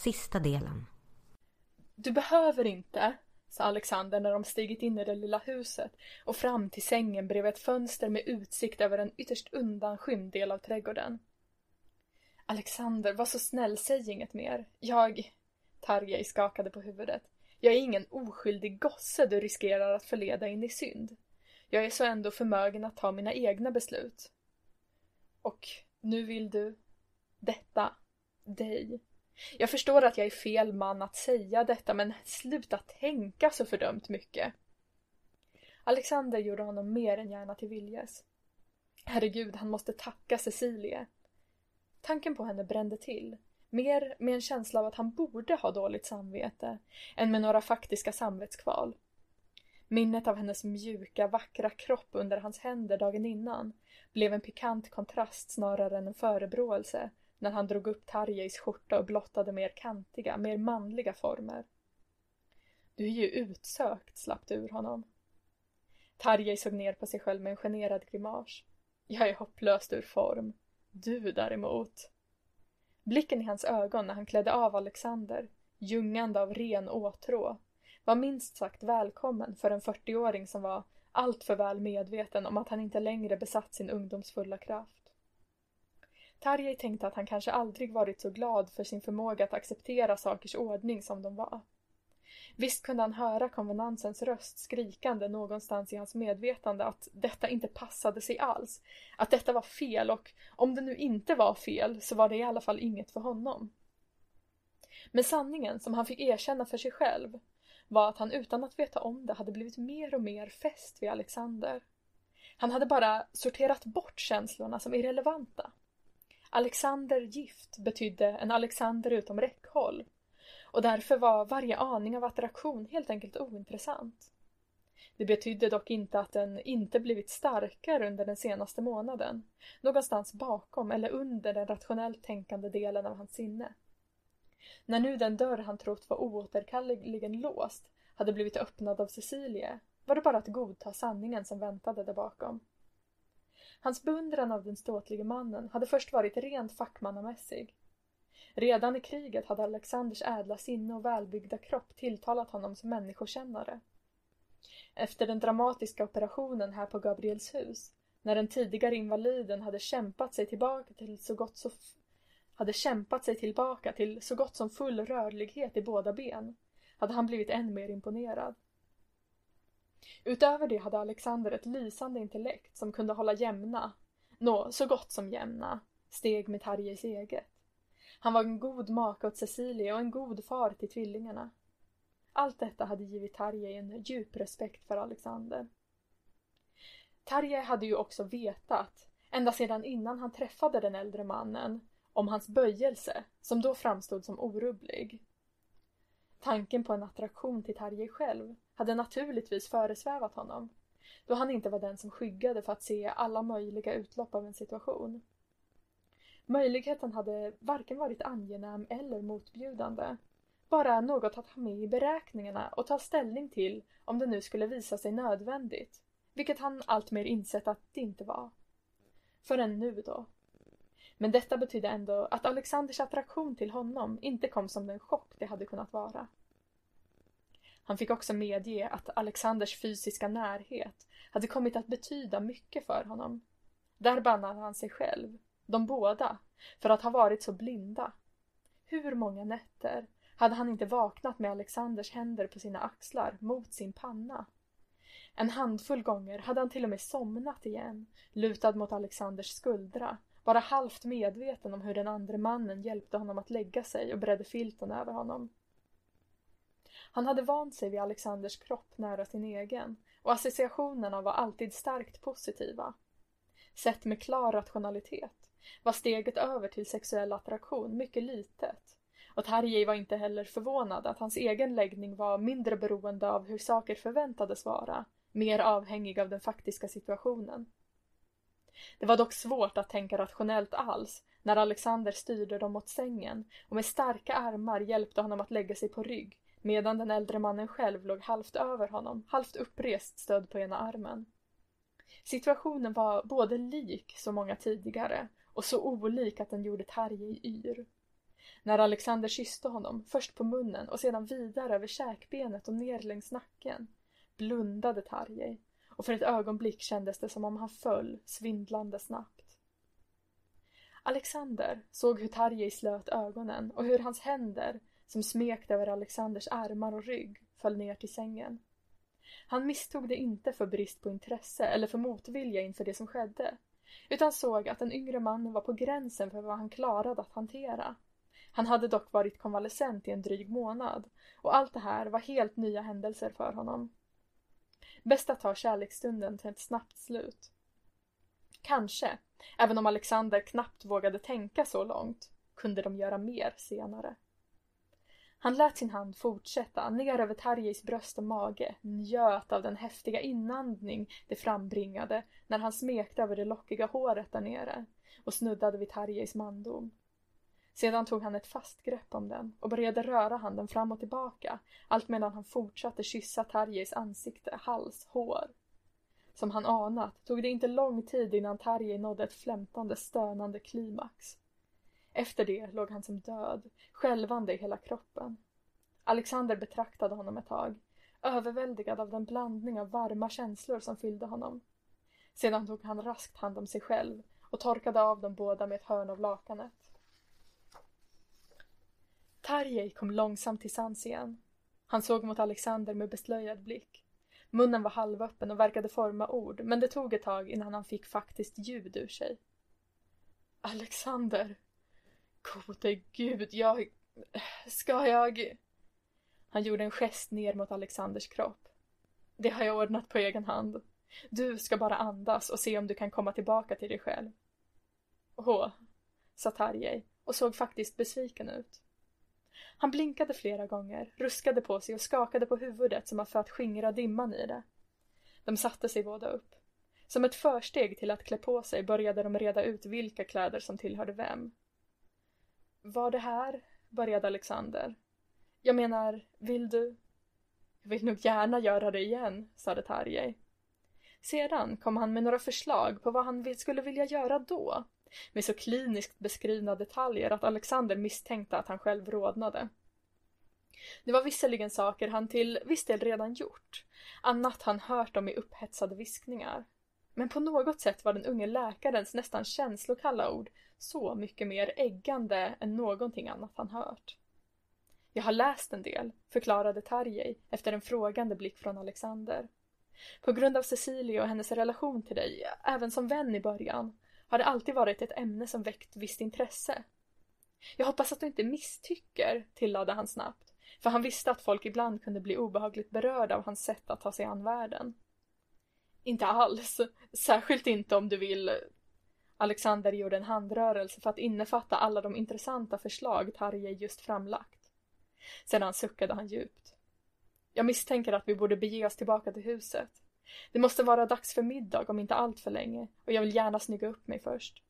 sista delen. Du behöver inte, sa Alexander när de stigit in i det lilla huset och fram till sängen bredvid ett fönster med utsikt över en ytterst undanskymd del av trädgården. Alexander, var så snäll, säg inget mer. Tarjei skakade på huvudet. Jag är ingen oskyldig gosse du riskerar att förleda in i synd. Jag är så ändå förmögen att ta mina egna beslut. Och nu vill du dig. Jag förstår att jag är fel man att säga detta, men sluta tänka så fördömt mycket. Alexander gjorde honom mer än gärna till viljes. Herregud, han måste tacka Cecilie. Tanken på henne brände till. Mer med en känsla av att han borde ha dåligt samvete än med några faktiska samvetskval. Minnet av hennes mjuka, vackra kropp under hans händer dagen innan blev en pikant kontrast snarare än en förebråelse när han drog upp Tarjeis skjorta och blottade mer kantiga, mer manliga former. Du är ju utsökt, slapp det ur honom. Tarjei såg ner på sig själv med en generad grimas. Jag är hopplöst ur form. Du däremot. Blicken i hans ögon när han klädde av Alexander, ljungande av ren åtrå, var minst sagt välkommen för en 40-åring som var allt för väl medveten om att han inte längre besatt sin ungdomsfulla kraft. Tarjei tänkte att han kanske aldrig varit så glad för sin förmåga att acceptera sakers ordning som de var. Visst kunde han höra konvenansens röst skrikande någonstans i hans medvetande att detta inte passade sig alls, att detta var fel, och om det nu inte var fel så var det i alla fall inget för honom. Men sanningen som han fick erkänna för sig själv var att han utan att veta om det hade blivit mer och mer fäst vid Alexander. Han hade bara sorterat bort känslorna som irrelevanta. Alexander gift betydde en Alexander utom räckhåll, och därför var varje aning av attraktion helt enkelt ointressant. Det betydde dock inte att den inte blivit starkare under den senaste månaden, någonstans bakom eller under den rationellt tänkande delen av hans sinne. När nu den dörr han trott var oåterkalleligen låst hade blivit öppnad av Cecilie, var det bara att godta sanningen som väntade där bakom. Hans beundran av den ståtlige mannen hade först varit rent fackmannamässig. Redan i kriget hade Alexanders ädla sinne och välbyggda kropp tilltalat honom som människokännare. Efter den dramatiska operationen här på Gabrielshus, när den tidigare invaliden hade kämpat sig tillbaka till så gott som full rörlighet i båda ben, hade han blivit än mer imponerad. Utöver det hade Alexander ett lysande intellekt som kunde hålla så gott som jämna, steg med Tarjeis eget. Han var en god make åt Cecilie och en god far till tvillingarna. Allt detta hade givit Tarjei en djup respekt för Alexander. Tarjei hade ju också vetat, ända sedan innan han träffade den äldre mannen, om hans böjelse, som då framstod som orubblig. Tanken på en attraktion till Tarjei själv hade naturligtvis föresvävat honom, då han inte var den som skyggade för att se alla möjliga utlopp av en situation. Möjligheten hade varken varit angenäm eller motbjudande, bara något att ha med i beräkningarna och ta ställning till om det nu skulle visa sig nödvändigt, vilket han alltmer insett att det inte var. Förrän nu då. Men detta betydde ändå att Alexanders attraktion till honom inte kom som den chock det hade kunnat vara. Han fick också medge att Alexanders fysiska närhet hade kommit att betyda mycket för honom. Där bannade han sig själv, de båda, för att ha varit så blinda. Hur många nätter hade han inte vaknat med Alexanders händer på sina axlar mot sin panna? En handfull gånger hade han till och med somnat igen, lutad mot Alexanders skuldra, bara halvt medveten om hur den andra mannen hjälpte honom att lägga sig och bredde filten över honom. Han hade vant sig vid Alexanders kropp nära sin egen, och associationerna var alltid starkt positiva. Sett med klar rationalitet var steget över till sexuell attraktion mycket litet, och Tarjei var inte heller förvånad att hans egen läggning var mindre beroende av hur saker förväntades vara, mer avhängig av den faktiska situationen. Det var dock svårt att tänka rationellt alls när Alexander styrde dem mot sängen och med starka armar hjälpte honom att lägga sig på rygg, medan den äldre mannen själv låg halvt över honom, halvt upprest stödd på ena armen. Situationen var både lik så många tidigare och så olik att den gjorde Tarjei yr. När Alexander kysste honom, först på munnen och sedan vidare över käkbenet och ner längs nacken, blundade Tarjei, och för ett ögonblick kändes det som om han föll svindlande snabbt. Alexander såg hur Tarjei slöt ögonen och hur hans händer, som smekte över Alexanders armar och rygg, föll ner till sängen. Han misstog det inte för brist på intresse eller för motvilja inför det som skedde, utan såg att den yngre mannen var på gränsen för vad han klarade att hantera. Han hade dock varit konvalescent i en dryg månad, och allt det här var helt nya händelser för honom. Bäst att ta kärleksstunden till ett snabbt slut. Kanske, även om Alexander knappt vågade tänka så långt, kunde de göra mer senare. Han lät sin hand fortsätta ner över Tarjeis bröst och mage, njöt av den häftiga inandning det frambringade när han smekte över det lockiga håret där nere och snuddade vid Tarjeis mandom. Sedan tog han ett fast grepp om den och började röra handen fram och tillbaka, allt medan han fortsatte kyssa Tarjeis ansikte, hals, hår. Som han anat tog det inte lång tid innan Tarjei nådde ett flämtande, stönande klimax. Efter det låg han som död, skälvande i hela kroppen. Alexander betraktade honom ett tag, överväldigad av den blandning av varma känslor som fyllde honom. Sedan tog han raskt hand om sig själv och torkade av dem båda med ett hörn av lakanet. Tarjei kom långsamt till sans igen. Han såg mot Alexander med beslöjad blick. Munnen var halvöppen och verkade forma ord, men det tog ett tag innan han fick faktiskt ljud ur sig. Alexander, gode gud, ska jag... Han gjorde en gest ner mot Alexanders kropp. Det har jag ordnat på egen hand. Du ska bara andas och se om du kan komma tillbaka till dig själv. Sa Tarjei och såg faktiskt besviken ut. Han blinkade flera gånger, ruskade på sig och skakade på huvudet som för att skingra dimman i det. De satte sig båda upp. Som ett försteg till att klä på sig började de reda ut vilka kläder som tillhörde vem. Var det här? Började Alexander. Jag menar, vill du? Jag vill nog gärna göra det igen, sade Tarjei. Sedan kom han med några förslag på vad han skulle vilja göra då, med så kliniskt beskrivna detaljer att Alexander misstänkte att han själv rodnade. Det var visserligen saker han till viss del redan gjort, annat han hört om i upphetsade viskningar. Men på något sätt var den unge läkarens nästan känslokalla ord så mycket mer äggande än någonting annat han hört. Jag har läst en del, förklarade Tarjei efter en frågande blick från Alexander. På grund av Cecilia och hennes relation till dig, även som vän i början, har det alltid varit ett ämne som väckt visst intresse. Jag hoppas att du inte misstycker, tillade han snabbt, för han visste att folk ibland kunde bli obehagligt berörda av hans sätt att ta sig an världen. Inte alls, särskilt inte om du vill... Alexander gjorde en handrörelse för att innefatta alla de intressanta förslag Tarjei just framlagt. Sedan suckade han djupt. Jag misstänker att vi borde bege oss tillbaka till huset. Det måste vara dags för middag om inte allt för länge, och jag vill gärna snygga upp mig först.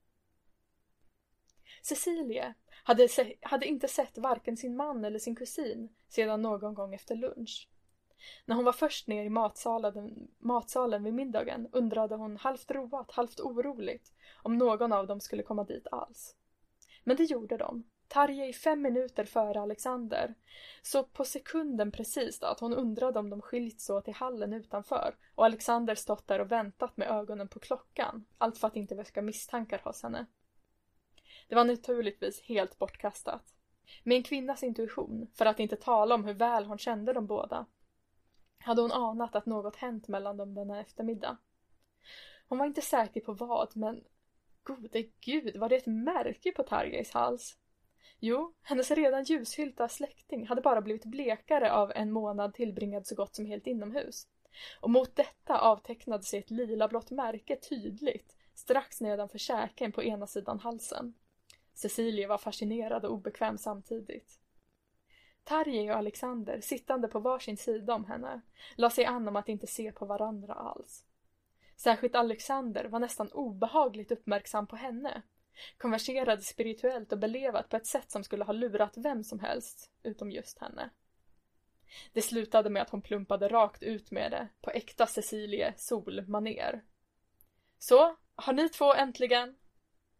Cecilia hade inte sett varken sin man eller sin kusin sedan någon gång efter lunch. När hon var först ner i matsalen vid middagen undrade hon halvt roat, halvt oroligt om någon av dem skulle komma dit alls. Men det gjorde de. Tarjei 5 minuter före Alexander, så på sekunden precis då att hon undrade om de skilts åt i hallen utanför och Alexander stått där och väntat med ögonen på klockan, allt för att inte väcka misstankar hos henne. Det var naturligtvis helt bortkastat. Med en kvinnas intuition, för att inte tala om hur väl hon kände dem båda, hade hon anat att något hänt mellan dem denna eftermiddag. Hon var inte säker på vad, men gode gud, var det ett märke på Tarjeis hals? Jo, hennes redan ljushyllta släkting hade bara blivit blekare av en månad tillbringad så gott som helt inomhus. Och mot detta avtecknade sig ett lilablått märke tydligt, strax nedanför käken på ena sidan halsen. Cecilia var fascinerad och obekväm samtidigt. Tarjei och Alexander, sittande på varsin sida om henne, la sig an om att inte se på varandra alls. Särskilt Alexander var nästan obehagligt uppmärksam på henne, konverserade spirituellt och belevat på ett sätt som skulle ha lurat vem som helst, utom just henne. Det slutade med att hon plumpade rakt ut med det, på äkta Cecilie solmaner. Så, har ni två äntligen?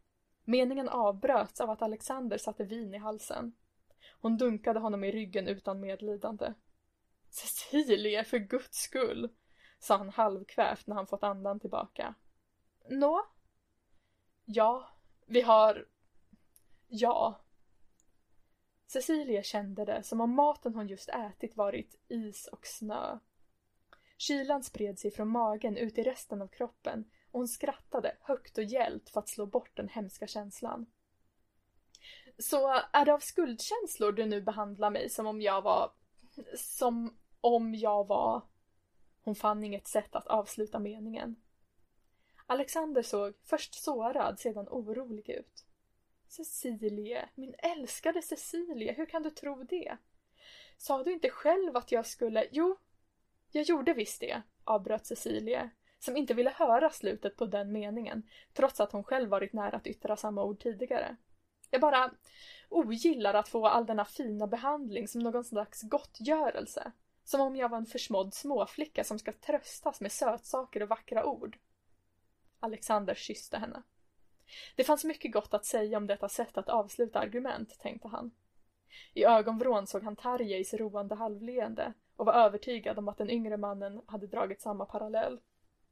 Meningen avbröts av att Alexander satte vin i halsen. Hon dunkade honom i ryggen utan medlidande. Cecilie, för Guds skull, sa han halvkvävt när han fått andan tillbaka. Nå? Ja, vi har... Ja. Cecilie kände det som om maten hon just ätit varit is och snö. Kylan spred sig från magen ut i resten av kroppen och hon skrattade högt och gällt för att slå bort den hemska känslan. Så är det av skuldkänslor du nu behandlar mig som om jag var... Hon fann inget sätt att avsluta meningen. Alexander såg först sårad, sedan orolig ut. Cecilie, min älskade Cecilie, hur kan du tro det? Sa du inte själv att jag skulle... Jo, jag gjorde visst det, avbröt Cecilie, som inte ville höra slutet på den meningen, trots att hon själv varit nära att yttra samma ord tidigare. Jag bara ogillar att få all denna fina behandling som någon slags gottgörelse. Som om jag var en försmådd småflicka som ska tröstas med sötsaker och vackra ord. Alexander kysste henne. Det fanns mycket gott att säga om detta sätt att avsluta argument, tänkte han. I ögonvrån såg han Tarjeis roande halvleende och var övertygad om att den yngre mannen hade dragit samma parallell.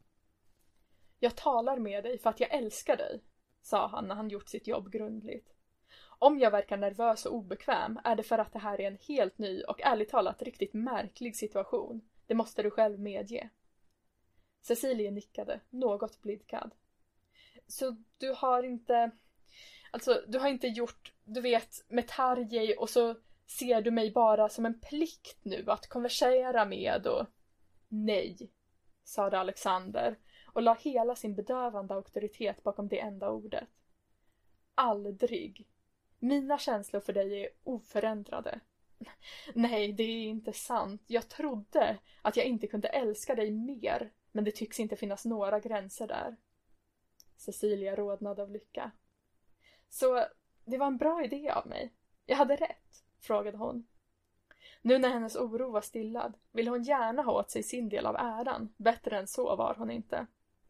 Jag talar med dig för att jag älskar dig, sa han när han gjort sitt jobb grundligt. Om jag verkar nervös och obekväm är det för att det här är en helt ny och ärligt talat riktigt märklig situation. Det måste du själv medge. Cecilie nickade, något blidkad. Så du har inte... Alltså, du har inte gjort, du vet, med Tarjei och så ser du mig bara som en plikt nu att konversera med och... Nej, sade Alexander och la hela sin bedövande auktoritet bakom det enda ordet. Aldrig. Mina känslor för dig är oförändrade. Nej, det är inte sant. Jag trodde att jag inte kunde älska dig mer, men det tycks inte finnas några gränser där. Cecilia rodnade av lycka. Så det var en bra idé av mig. Jag hade rätt, frågade hon. Nu när hennes oro var stillad ville hon gärna ha åt sig sin del av äran. Bättre än så var hon inte.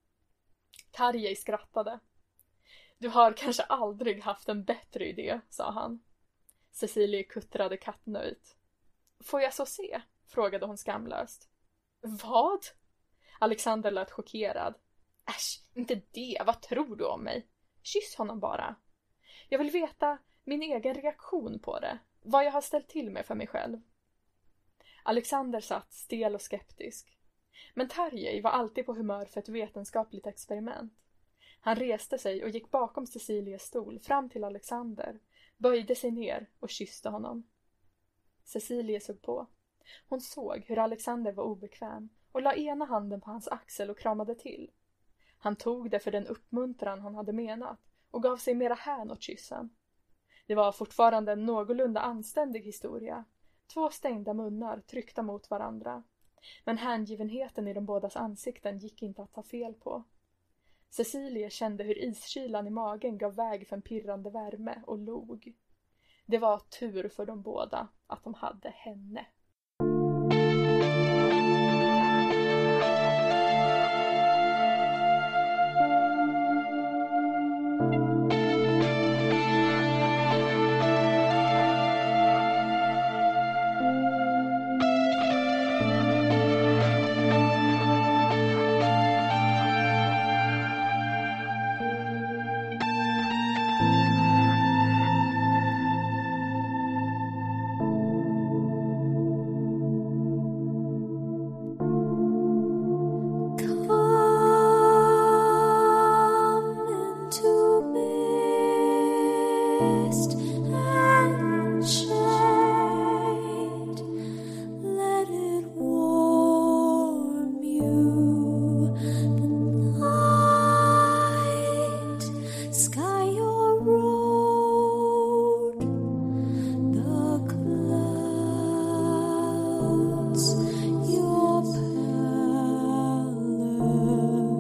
Tarjei skrattade. Du har kanske aldrig haft en bättre idé, sa han. Cecilie kuttrade kattnöjt. Får jag så se? Frågade hon skamlöst. Vad? Alexander lät chockerad. Äsch, inte det. Vad tror du om mig? Kyss honom bara. Jag vill veta min egen reaktion på det. Vad jag har ställt till med för mig själv. Alexander satt stel och skeptisk. Men Tarjei var alltid på humör för ett vetenskapligt experiment. Han reste sig och gick bakom Cecilies stol fram till Alexander, böjde sig ner och kysste honom. Cecilie såg på. Hon såg hur Alexander var obekväm och la ena handen på hans axel och kramade till. Han tog det för den uppmuntran han hade menat och gav sig mera hän åt kyssen. Det var fortfarande en någorlunda anständig historia. 2 stängda munnar tryckta mot varandra. Men hängivenheten i de bådas ansikten gick inte att ta fel på. Cecilie kände hur iskylan i magen gav väg för en pirrande värme och log. Det var tur för de båda att de hade henne.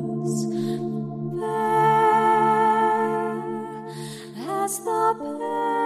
As the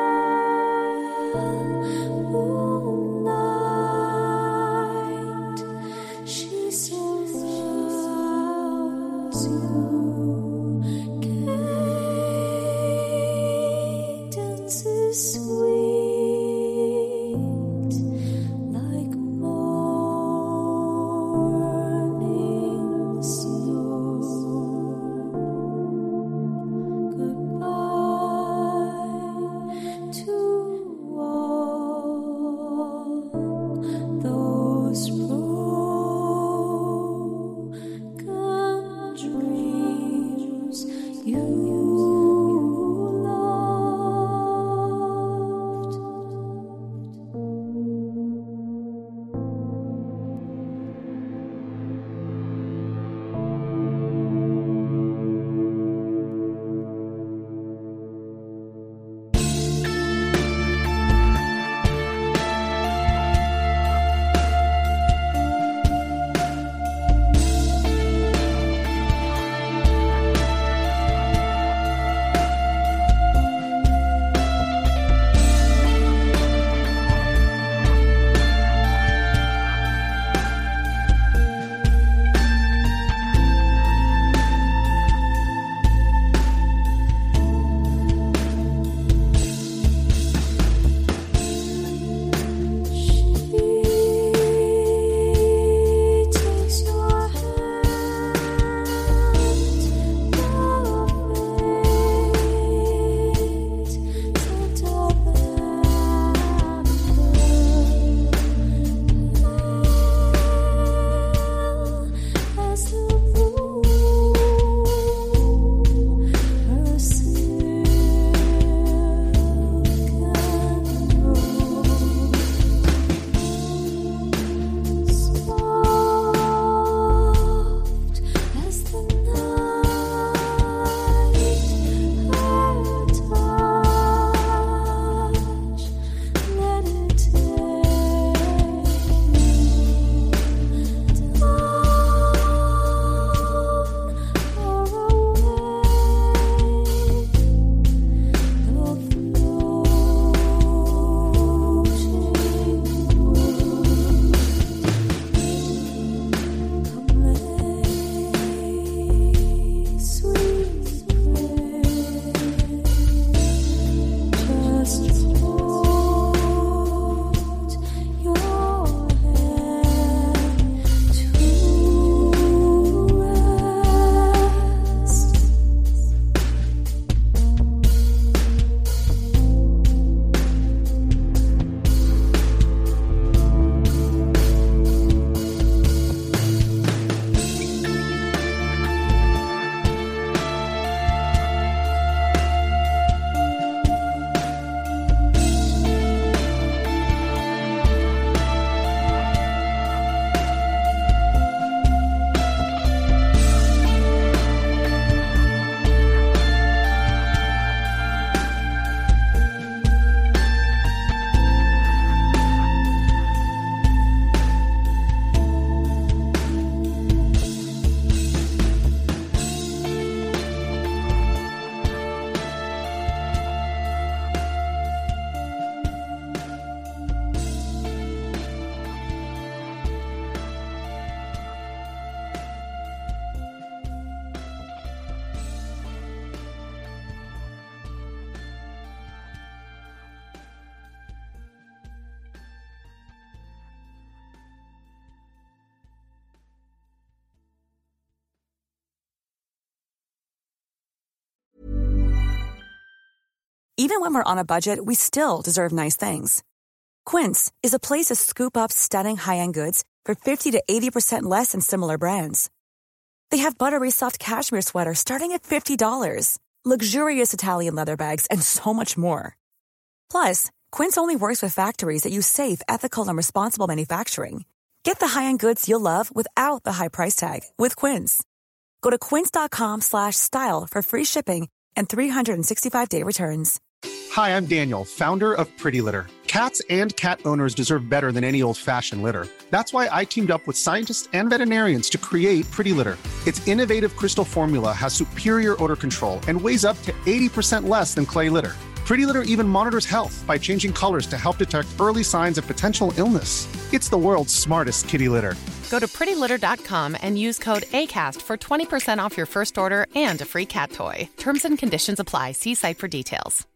Even when we're on a budget, we still deserve nice things. Quince is a place to scoop up stunning high-end goods for 50 to 80% less than similar brands. They have buttery soft cashmere sweaters starting at $50, luxurious Italian leather bags, and so much more. Plus, Quince only works with factories that use safe, ethical, and responsible manufacturing. Get the high-end goods you'll love without the high price tag with Quince. Go to quince.com/style for free shipping and 365-day returns. Hi, I'm Daniel, founder of Pretty Litter. Cats and cat owners deserve better than any old-fashioned litter. That's why I teamed up with scientists and veterinarians to create Pretty Litter. Its innovative crystal formula has superior odor control and weighs up to 80% less than clay litter. Pretty Litter even monitors health by changing colors to help detect early signs of potential illness. It's the world's smartest kitty litter. Go to prettylitter.com and use code ACAST for 20% off your first order and a free cat toy. Terms and conditions apply. See site for details.